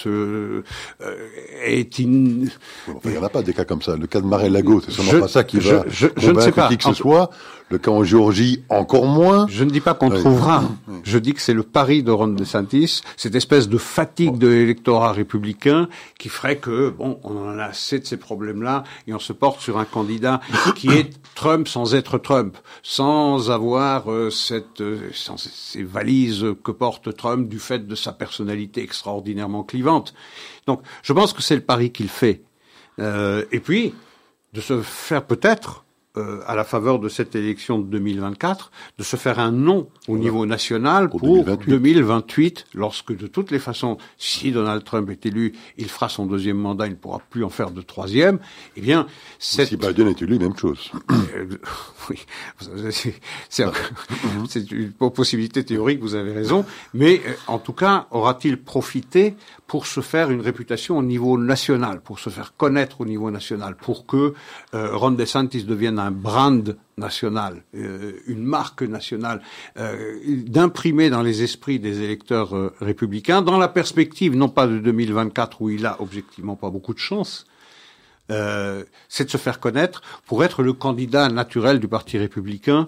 il n'y en a pas des cas comme ça. Le cas de Mar-a-Lago, c'est sûrement pas ça qui va convaincre qui que ce soit. Le cas en Géorgie, encore moins. Je ne dis pas qu'on trouvera. Je dis que c'est le pari de Ron DeSantis, cette espèce de fatigue de l'électorat républicain qui ferait que, on en a assez de ces problèmes-là. candidat et on se porte sur un candidat qui est Trump sans être Trump, sans avoir sans ces valises que porte Trump du fait de sa personnalité extraordinairement clivante. Donc, je pense que c'est le pari qu'il fait. Et puis, de se faire peut-être, à la faveur de cette élection de 2024, de se faire un nom au niveau national pour 2028, lorsque de toutes les façons, si Donald Trump est élu, il fera son deuxième mandat, il ne pourra plus en faire de troisième, eh bien... Si Biden est élu, même chose. Oui, c'est une possibilité théorique, vous avez raison, mais en tout cas, aura-t-il profité pour se faire une réputation au niveau national, pour se faire connaître au niveau national, pour que Ron DeSantis devienne un brand national, une marque nationale, d'imprimer dans les esprits des électeurs républicains, dans la perspective non pas de 2024 où il a objectivement pas beaucoup de chance, c'est de se faire connaître pour être le candidat naturel du Parti républicain,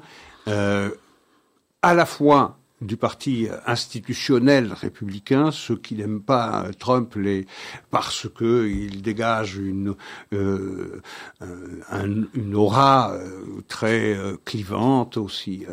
à la fois du parti institutionnel républicain, ceux qui n'aiment pas Trump parce que il dégage une aura très clivante aussi.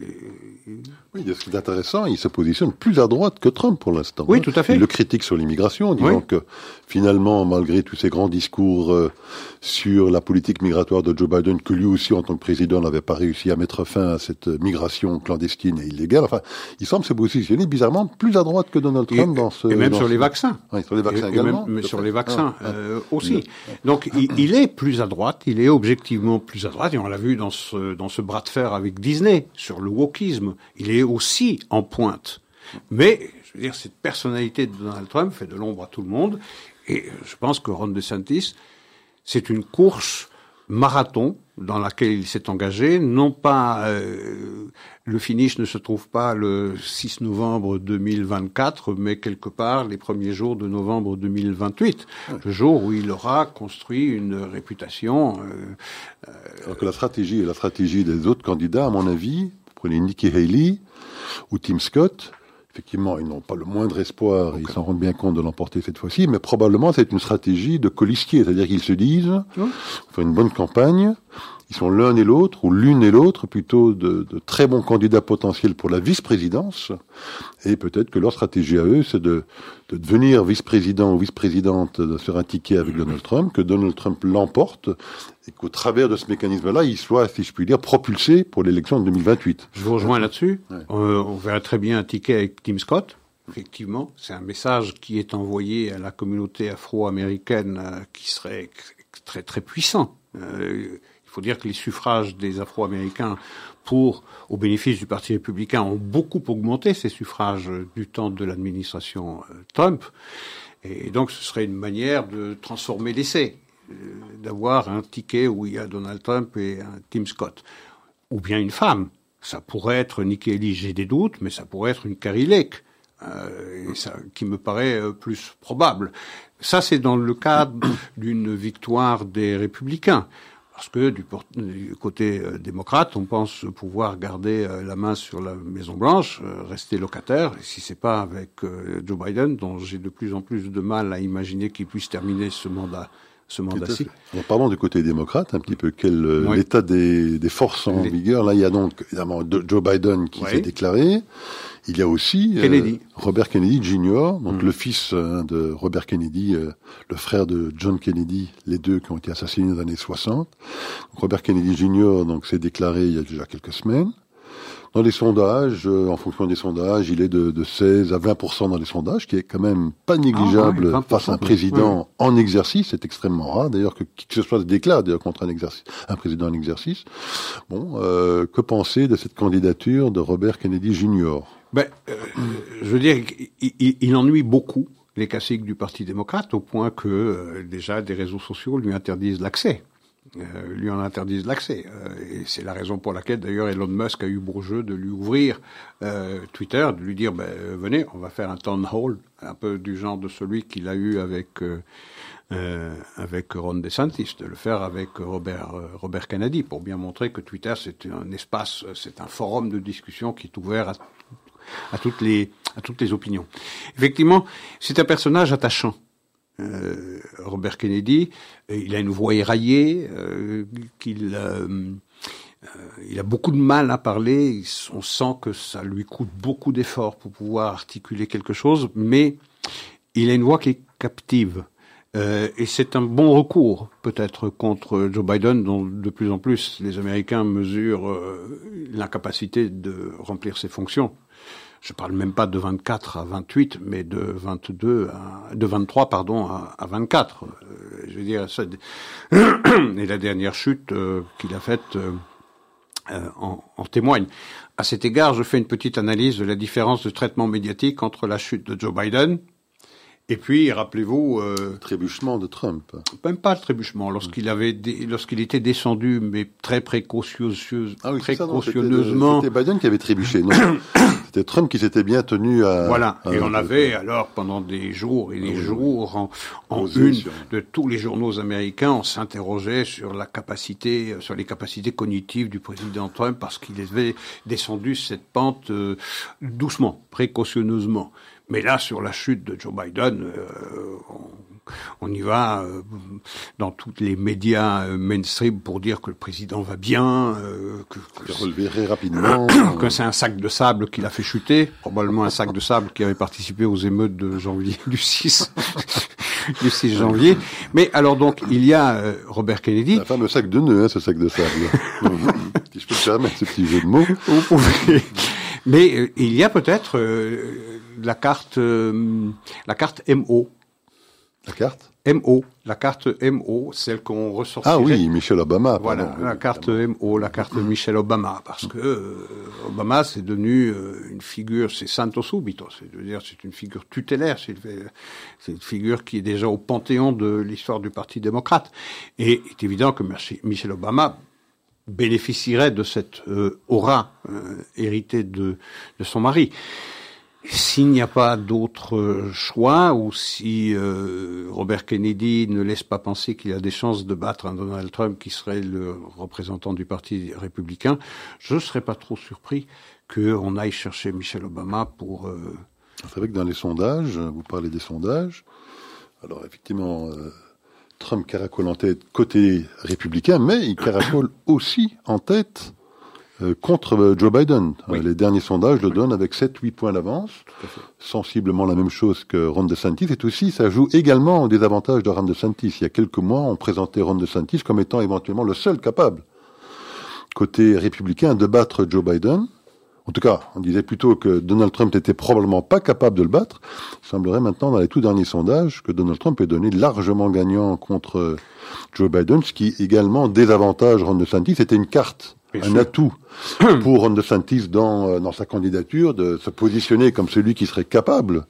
Oui, ce qui est intéressant, il se positionne plus à droite que Trump pour l'instant. Oui, tout à fait. Il le critique sur l'immigration, disant que finalement, malgré tous ces grands discours sur la politique migratoire de Joe Biden, que lui aussi, en tant que président, n'avait pas réussi à mettre fin à cette migration clandestine et illégale. Enfin, il semble se positionner bizarrement plus à droite que Donald Trump dans ce... Et même sur les vaccins. Oui, sur les vaccins également. Mais sur les vaccins aussi. Donc, il est plus à droite, il est objectivement plus à droite, et on l'a vu dans ce bras de fer avec Disney, sur le wokisme. Il est aussi en pointe. Mais, je veux dire, cette personnalité de Donald Trump fait de l'ombre à tout le monde, et je pense que Ron DeSantis, c'est une course marathon dans laquelle il s'est engagé. Non pas, le finish ne se trouve pas le 6 novembre 2024, mais quelque part les premiers jours de novembre 2028, le jour où il aura construit une réputation. Alors que la stratégie des autres candidats, à mon avis, vous prenez Nikki Haley ou Tim Scott, effectivement, ils n'ont pas le moindre espoir, ils s'en rendent bien compte de l'emporter cette fois-ci, mais probablement c'est une stratégie de colistier, c'est-à-dire qu'ils se disent, on fait une bonne campagne, ils sont l'un et l'autre, ou l'une et l'autre, plutôt de très bons candidats potentiels pour la vice-présidence, et peut-être que leur stratégie à eux, c'est de devenir vice-président ou vice-présidente sur un ticket avec Donald Trump, que Donald Trump l'emporte, et qu'au travers de ce mécanisme-là, il soit, si je puis dire, propulsé pour l'élection de 2028. Je vous rejoins là-dessus. Ouais. On verrait très bien un ticket avec Tim Scott. Effectivement, c'est un message qui est envoyé à la communauté afro-américaine qui serait très très puissant. Il faut dire que les suffrages des Afro-Américains au bénéfice du Parti républicain ont beaucoup augmenté, ces suffrages du temps de l'administration Trump. Et donc ce serait une manière de transformer l'essai, d'avoir un ticket où il y a Donald Trump et un Tim Scott. Ou bien une femme. Ça pourrait être Nikki Haley, j'ai des doutes, mais ça pourrait être une Carrie Lake, qui me paraît plus probable. Ça, c'est dans le cadre d'une victoire des Républicains. Parce que du côté démocrate, on pense pouvoir garder la main sur la Maison-Blanche, rester locataire, et si c'est pas avec Joe Biden, dont j'ai de plus en plus de mal à imaginer qu'il puisse terminer ce mandat-ci. Alors, parlons du côté démocrate, un petit peu l'état des forces en vigueur. Là, il y a donc évidemment Joe Biden qui s'est déclaré. Il y a aussi Robert Kennedy Jr., donc le fils de Robert Kennedy, le frère de John Kennedy, les deux qui ont été assassinés dans les années 60. Donc, Robert Kennedy Jr. donc s'est déclaré il y a déjà quelques semaines. Dans les sondages, en fonction des sondages, il est de 16 à 20% dans les sondages, qui est quand même pas négligeable face à un président en exercice. C'est extrêmement rare, d'ailleurs, que qui que ce soit se déclare d'ailleurs contre un président en exercice. Bon, que penser de cette candidature de Robert Kennedy Jr.? Je veux dire, il ennuie beaucoup les caciques du Parti démocrate, au point que déjà des réseaux sociaux lui interdisent l'accès. Lui en interdisent l'accès. Et c'est la raison pour laquelle, d'ailleurs, Elon Musk a eu beau jeu de lui ouvrir Twitter, de lui dire, venez, on va faire un town hall, un peu du genre de celui qu'il a eu avec Ron DeSantis, de le faire avec Robert Kennedy, pour bien montrer que Twitter, c'est un espace, c'est un forum de discussion qui est ouvert à toutes les opinions. Effectivement, c'est un personnage attachant. Robert Kennedy. Il a une voix éraillée, il a beaucoup de mal à parler. On sent que ça lui coûte beaucoup d'efforts pour pouvoir articuler quelque chose, mais il a une voix qui est captive. Et c'est un bon recours, peut-être, contre Joe Biden, dont de plus en plus les Américains mesurent l'incapacité de remplir ses fonctions. Je parle même pas de 24 à 28, mais de 23, à 24. Je veux dire, ça, et la dernière chute qu'il a faite en témoigne. À cet égard, je fais une petite analyse de la différence de traitement médiatique entre la chute de Joe Biden et puis, rappelez-vous... le trébuchement de Trump. Même pas le trébuchement. Lorsqu'il était descendu, mais très précautionneusement... C'était Biden qui avait trébuché, non? C'était Trump qui s'était bien tenu à... Voilà. Et on avait, alors, pendant des jours et des jours, en une de tous les journaux américains, on s'interrogeait sur les capacités cognitives du président Trump parce qu'il avait descendu cette pente doucement, précautionneusement. Mais là, sur la chute de Joe Biden, on y va dans tous les médias mainstream pour dire que le président va bien, que relevé rapidement, que c'est un sac de sable qu'il a fait chuter, probablement un sac de sable qui avait participé aux émeutes de janvier du 6 janvier. Mais alors donc il y a Robert Kennedy. La fameux sac de nœuds, ce sac de sable. Si je peux me permettre ce petit jeu de mots. Vous pouvez. Mais il y a peut-être la carte MO. La carte La carte MO, celle qu'on ressortirait. Ah oui, Michelle Obama. Voilà, pardon, la carte MO, la carte Michelle Obama, parce que Obama c'est devenu une figure, c'est santo subito, c'est une figure tutélaire, c'est une figure qui est déjà au panthéon de l'histoire du Parti démocrate. Et il est évident que Michelle Obama bénéficierait de cette aura héritée de son mari. S'il n'y a pas d'autre choix, ou si Robert Kennedy ne laisse pas penser qu'il a des chances de battre un Donald Trump qui serait le représentant du Parti républicain, je ne serais pas trop surpris qu'on aille chercher Michelle Obama pour... Vous savez que dans les sondages, vous parlez des sondages, alors effectivement... Trump caracole en tête côté républicain, mais il caracole aussi en tête contre Joe Biden. Oui. Les derniers sondages le donnent avec 7-8 points d'avance, sensiblement la même chose que Ron DeSantis. Et aussi, ça joue également des avantages de Ron DeSantis. Il y a quelques mois, on présentait Ron DeSantis comme étant éventuellement le seul capable, côté républicain, de battre Joe Biden. En tout cas, on disait plutôt que Donald Trump n'était probablement pas capable de le battre. Il semblerait maintenant, dans les tout derniers sondages, que Donald Trump est donné largement gagnant contre Joe Biden, ce qui également désavantage Ron DeSantis. C'était une carte, un atout pour Ron DeSantis dans sa candidature, de se positionner comme celui qui serait capable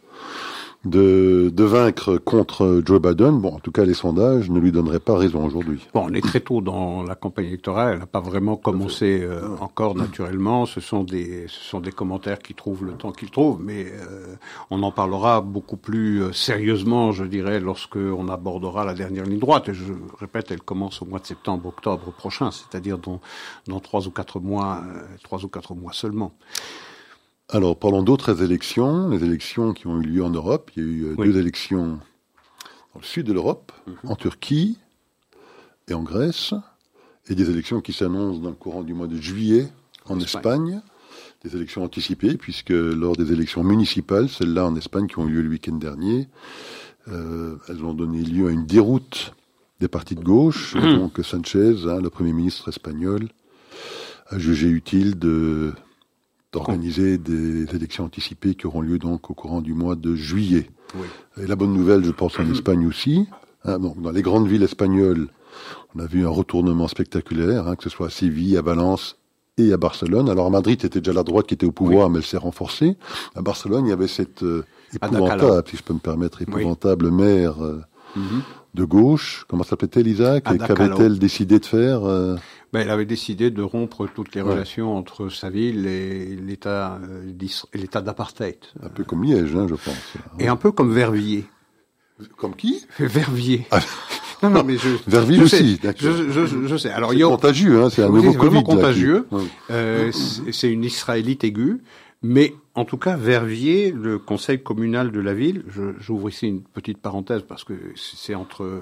de vaincre contre Joe Biden. Bon, en tout cas, les sondages ne lui donneraient pas raison aujourd'hui. Bon, on est très tôt dans la campagne électorale, elle n'a pas vraiment commencé encore naturellement. Ce sont des commentaires qui trouvent le temps qu'ils trouvent, mais on en parlera beaucoup plus sérieusement, je dirais, lorsque on abordera la dernière ligne droite. Et je répète, elle commence au mois de septembre, octobre prochain, c'est-à-dire dans 3 ou 4 mois seulement. Alors, parlons d'autres élections, les élections qui ont eu lieu en Europe. Il y a eu 2 élections dans le sud de l'Europe, en Turquie et en Grèce, et des élections qui s'annoncent dans le courant du mois de juillet en Espagne. Des élections anticipées, puisque lors des élections municipales, celles-là en Espagne qui ont eu lieu le week-end dernier, elles ont donné lieu à une déroute des partis de gauche. Donc Sanchez, le Premier ministre espagnol, a jugé utile d'organiser des élections anticipées qui auront lieu donc au courant du mois de juillet. Oui. Et la bonne nouvelle, je pense, en Espagne aussi. Donc dans les grandes villes espagnoles, on a vu un retournement spectaculaire, que ce soit à Séville, à Valence et à Barcelone. Alors à Madrid, c'était déjà la droite qui était au pouvoir, mais elle s'est renforcée. À Barcelone, il y avait cette épouvantable, si je peux me permettre, épouvantable maire de gauche. Comment s'appelait-elle, Isaac? Et qu'avait-elle décidé de faire Elle avait décidé de rompre toutes les relations entre sa ville et l'État d'apartheid. Un peu comme Liège, je pense. Et un peu comme Verviers. Comme qui? Verviers. Non, mais Verviers aussi, d'accord. Je sais. Alors, c'est contagieux, c'est un nouveau Covid. Vraiment contagieux. C'est une israélite aiguë. Mais en tout cas, Verviers, le conseil communal de la ville, j'ouvre ici une petite parenthèse parce que c'est entre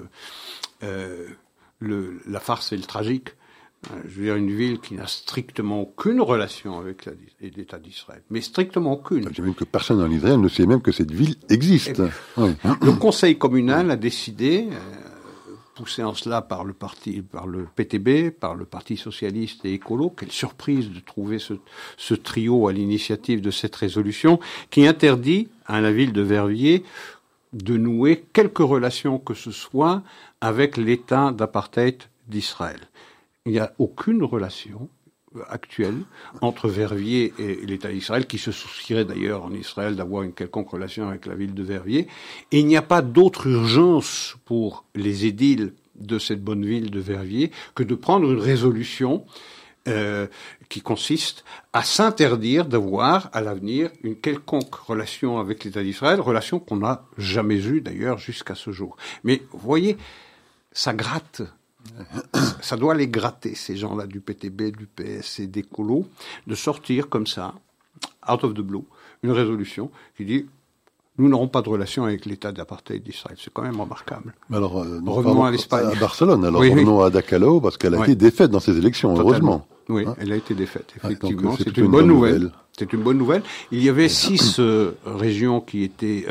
la farce et le tragique. Je veux dire, une ville qui n'a strictement aucune relation avec l'État d'Israël, mais strictement aucune. J'ai même que personne en Israël ne sait même que cette ville existe. Oui. Le conseil communal a décidé, poussé en cela par le PTB, par le Parti socialiste et écolo, quelle surprise de trouver ce trio à l'initiative de cette résolution, qui interdit à la ville de Verviers de nouer quelque relation que ce soit avec l'État d'apartheid d'Israël. Il n'y a aucune relation actuelle entre Verviers et l'État d'Israël, qui se soucierait d'ailleurs en Israël d'avoir une quelconque relation avec la ville de Verviers. Et il n'y a pas d'autre urgence pour les édiles de cette bonne ville de Verviers que de prendre une résolution qui consiste à s'interdire d'avoir à l'avenir une quelconque relation avec l'État d'Israël, relation qu'on n'a jamais eue d'ailleurs jusqu'à ce jour. Mais vous voyez, ça gratte. Ça doit les gratter, ces gens-là du PTB, du PS et des colos, de sortir comme ça, out of the blue, une résolution qui dit « Nous n'aurons pas de relation avec l'État d'apartheid d'Israël ». C'est quand même remarquable. Alors, revenons à l'Espagne. À Barcelone, alors revenons à Dakalo, parce qu'elle a été défaite dans ces élections, heureusement. Oui, elle a été défaite, effectivement. Donc, c'est une bonne nouvelle. C'est une bonne nouvelle. Il y avait 9 régions qui étaient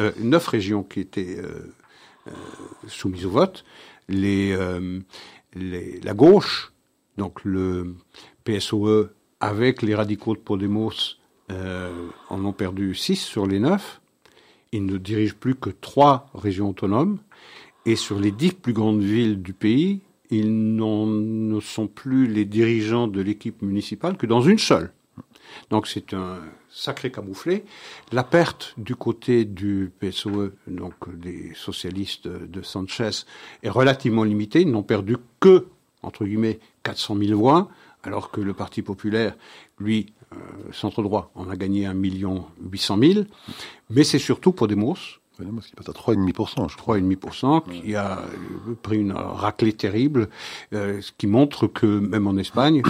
soumises au vote. La gauche, donc le PSOE avec les radicaux de Podemos, en ont perdu 6 sur les 9. Ils ne dirigent plus que 3 régions autonomes. Et sur les 10 plus grandes villes du pays, ils ne sont plus les dirigeants de l'équipe municipale que dans une seule. Donc c'est un sacré camouflet. La perte du côté du PSOE, donc des socialistes de Sanchez, est relativement limitée. Ils n'ont perdu que, entre guillemets, 400 000 voix, alors que le Parti populaire, lui, centre-droit, en a gagné 1 800 000. Mais c'est surtout Podemos, Podemos qui passe à 3,5%, je crois. 3,5%, qui a pris une raclée terrible, ce qui montre que même en Espagne,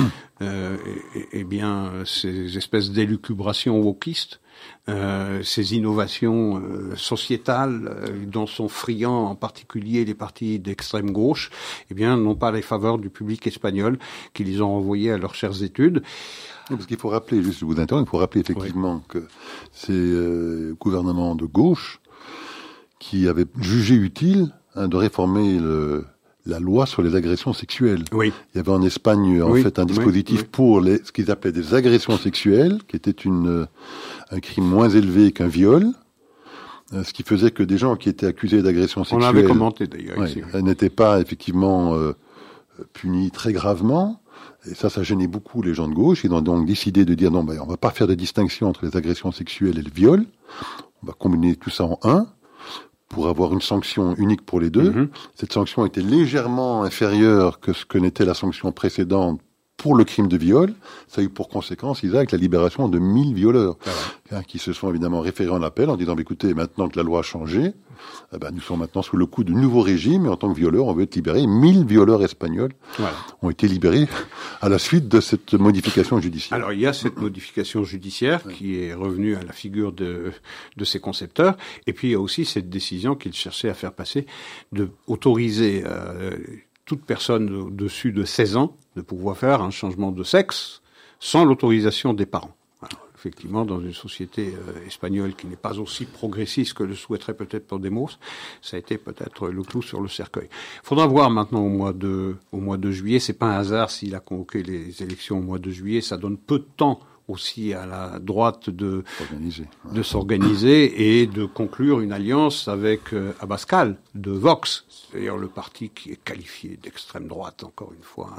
eh bien, ces espèces d'élucubrations wokistes, ces innovations sociétales dont sont friands en particulier les partis d'extrême gauche, eh bien, n'ont pas les faveurs du public espagnol qui les ont renvoyés à leurs chères études. Parce qu'il faut rappeler, juste vous interrompre, il faut rappeler effectivement que ces gouvernements de gauche qui avaient jugé utile de réformer la loi sur les agressions sexuelles. Oui. Il y avait en Espagne en fait un dispositif pour ce qu'ils appelaient des agressions sexuelles, qui était un crime moins élevé qu'un viol, ce qui faisait que des gens qui étaient accusés d'agressions sexuelles... On l'avait commenté d'ailleurs ici. N'étaient pas effectivement punis très gravement. Et ça gênait beaucoup les gens de gauche. Ils ont donc décidé de dire non, on va pas faire de distinction entre les agressions sexuelles et le viol. On va combiner tout ça en un pour avoir une sanction unique pour les deux. Mm-hmm. Cette sanction était légèrement inférieure que ce que n'était la sanction précédente pour le crime de viol. Ça a eu pour conséquence, Isaac, la libération de 1000 violeurs, qui se sont évidemment référés en appel en disant, écoutez, maintenant que la loi a changé, nous sommes maintenant sous le coup de nouveau régime, et en tant que violeurs, on veut être libérés. 1000 violeurs espagnols ont été libérés à la suite de cette modification judiciaire. Alors, il y a cette modification judiciaire qui est revenue à la figure de ses concepteurs, et puis il y a aussi cette décision qu'ils cherchaient à faire passer de autoriser toute personne au-dessus de 16 ans de pouvoir faire un changement de sexe sans l'autorisation des parents. Alors, effectivement, dans une société espagnole qui n'est pas aussi progressiste que le souhaiterait peut-être Podemos, ça a été peut-être le clou sur le cercueil. Il faudra voir maintenant au mois de juillet. C'est pas un hasard s'il a convoqué les élections au mois de juillet. Ça donne peu de temps aussi à la droite de s'organiser et de conclure une alliance avec Abascal de Vox, c'est-à-dire le parti qui est qualifié d'extrême droite, encore une fois.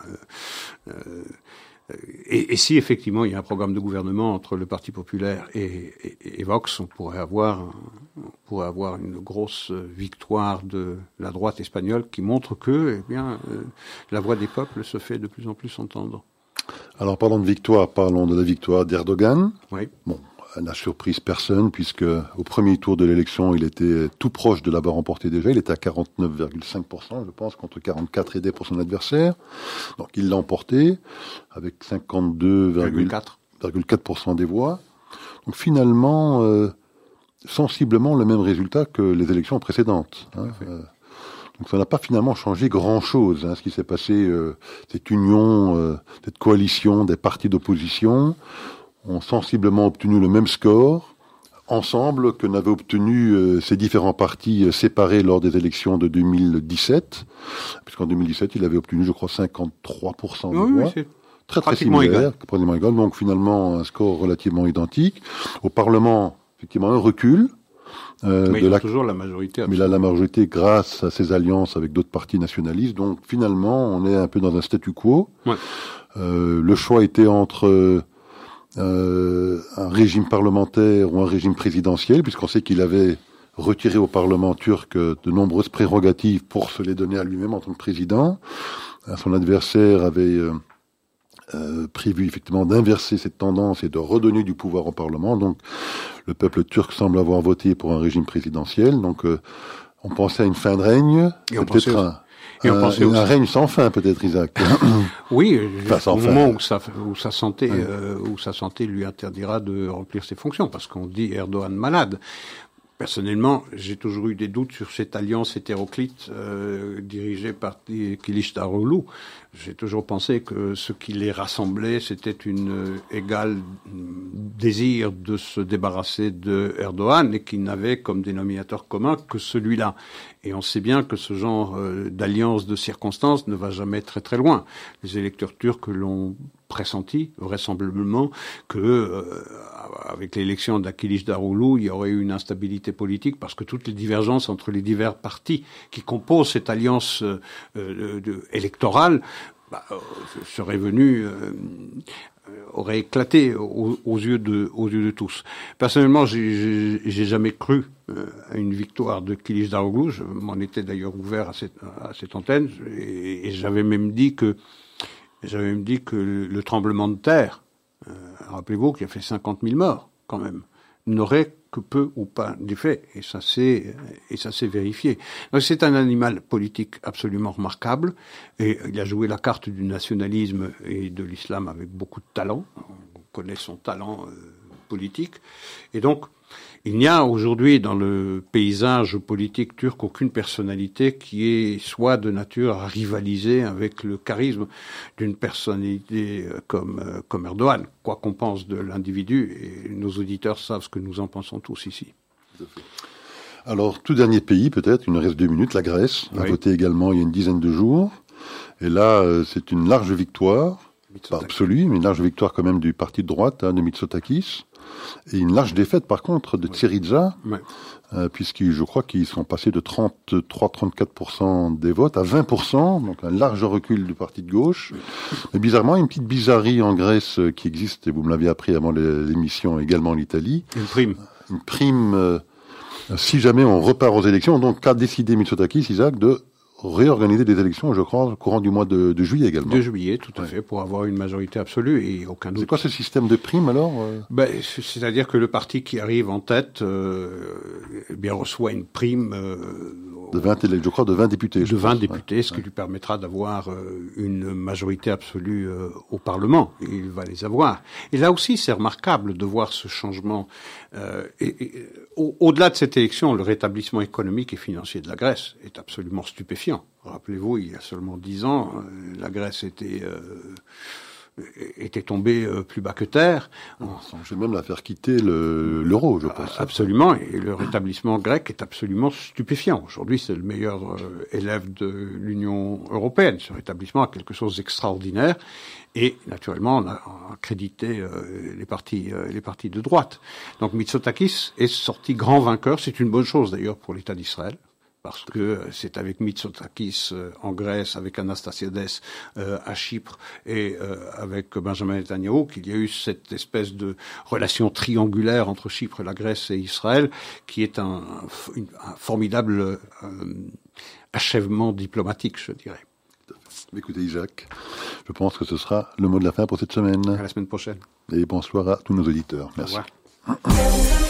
Et si effectivement il y a un programme de gouvernement entre le Parti populaire et Vox, on pourrait avoir une grosse victoire de la droite espagnole qui montre que, la voix des peuples se fait de plus en plus entendre. Alors, parlons de victoire, parlons de la victoire d'Erdogan. Oui. Bon, elle n'a surprise personne, puisque au premier tour de l'élection, il était tout proche de l'avoir remporté déjà. Il était à 49,5%, je pense, contre 44 aidés pour son adversaire. Donc, il l'a emporté avec 52,4% des voix. Donc finalement, sensiblement le même résultat que les élections précédentes. Hein. Donc ça n'a pas finalement changé grand-chose. Hein, ce qui s'est passé, cette union, cette coalition des partis d'opposition ont sensiblement obtenu le même score ensemble que n'avaient obtenu ces différents partis séparés lors des élections de 2017, puisqu'en 2017, il avait obtenu, je crois, 53% des voix. C'est très similaire, pratiquement égal. Donc finalement, un score relativement identique. Au Parlement, effectivement, un recul. Mais il a toujours la majorité. Mais il a la majorité grâce à ses alliances avec d'autres partis nationalistes. Donc finalement, on est un peu dans un statu quo. Ouais. Le choix était entre un régime parlementaire ou un régime présidentiel, puisqu'on sait qu'il avait retiré au Parlement turc de nombreuses prérogatives pour se les donner à lui-même en tant que président. Son adversaire avait prévu effectivement d'inverser cette tendance et de redonner du pouvoir au Parlement. Donc le peuple turc semble avoir voté pour un régime présidentiel. Donc on pensait à une fin de règne. Et on pensait un règne sans fin, peut-être, Isaac. Oui, au moment où sa santé lui interdira de remplir ses fonctions, parce qu'on dit Erdogan malade. Personnellement, j'ai toujours eu des doutes sur cette alliance hétéroclite dirigée par Kılıçdaroğlu. J'ai toujours pensé que ce qui les rassemblait, c'était une égale désir de se débarrasser de Erdogan et qui n'avait comme dénominateur commun que celui-là. Et on sait bien que ce genre d'alliance de circonstances ne va jamais très très loin. Les électeurs turcs l'ont pressenti, vraisemblablement, que avec l'élection d'Kılıçdaroğlu, il y aurait eu une instabilité politique parce que toutes les divergences entre les divers partis qui composent cette alliance électorale seraient venues aurait éclaté aux yeux de tous. Personnellement, j'ai jamais cru à une victoire de Kılıçdaroğlu. Je m'en étais d'ailleurs ouvert à cette antenne et j'avais même dit que le tremblement de terre, rappelez-vous qu'il a fait 50 000 morts quand même, n'aurait que peu ou pas d'effet, et ça s'est vérifié. Donc c'est un animal politique absolument remarquable, et il a joué la carte du nationalisme et de l'islam avec beaucoup de talent. On connaît son talent politique, et donc il n'y a aujourd'hui dans le paysage politique turc aucune personnalité qui est soit de nature à rivaliser avec le charisme d'une personnalité comme Erdogan, quoi qu'on pense de l'individu, et nos auditeurs savent ce que nous en pensons tous ici. Alors, tout dernier pays peut-être, il nous reste 2 minutes, la Grèce, a voté également il y a une dizaine de jours, et là c'est une large victoire, pas absolue, mais une large victoire quand même du parti de droite, de Mitsotakis. Et une large défaite, par contre, de Syriza, je crois qu'ils sont passés de 33-34% des votes à 20%, donc un large recul du parti de gauche. Mais bizarrement, une petite bizarrerie en Grèce qui existe, et vous me l'aviez appris avant l'émission également en Italie. Une prime, si jamais on repart aux élections. Donc, qu'a décidé Mitsotakis, Isaac, de réorganiser des élections, je crois, au courant du mois de juillet également. De juillet, tout à fait, pour avoir une majorité absolue et aucun doute. C'est quoi ce système de prime alors c'est-à-dire que le parti qui arrive en tête reçoit une prime de 20 députés. De 20 députés, ce qui lui permettra d'avoir une majorité absolue au Parlement. Et il va les avoir. Et là aussi, c'est remarquable de voir ce changement. Au-delà de cette élection, le rétablissement économique et financier de la Grèce est absolument stupéfiant. Rappelez-vous, il y a seulement 10 ans, la Grèce était tombée plus bas que terre. Je vais même la faire quitter l'euro, je pense. Absolument, et le rétablissement grec est absolument stupéfiant. Aujourd'hui, c'est le meilleur élève de l'Union européenne. Ce rétablissement a quelque chose d'extraordinaire. Et naturellement, on a crédité les partis de droite. Donc Mitsotakis est sorti grand vainqueur. C'est une bonne chose d'ailleurs pour l'État d'Israël, parce que c'est avec Mitsotakis en Grèce, avec Anastasiades à Chypre et avec Benjamin Netanyahou qu'il y a eu cette espèce de relation triangulaire entre Chypre, la Grèce et Israël, qui est un formidable achèvement diplomatique, je dirais. Écoutez Isaac, je pense que ce sera le mot de la fin pour cette semaine. À la semaine prochaine. Et bonsoir à tous nos auditeurs. Merci. Au revoir.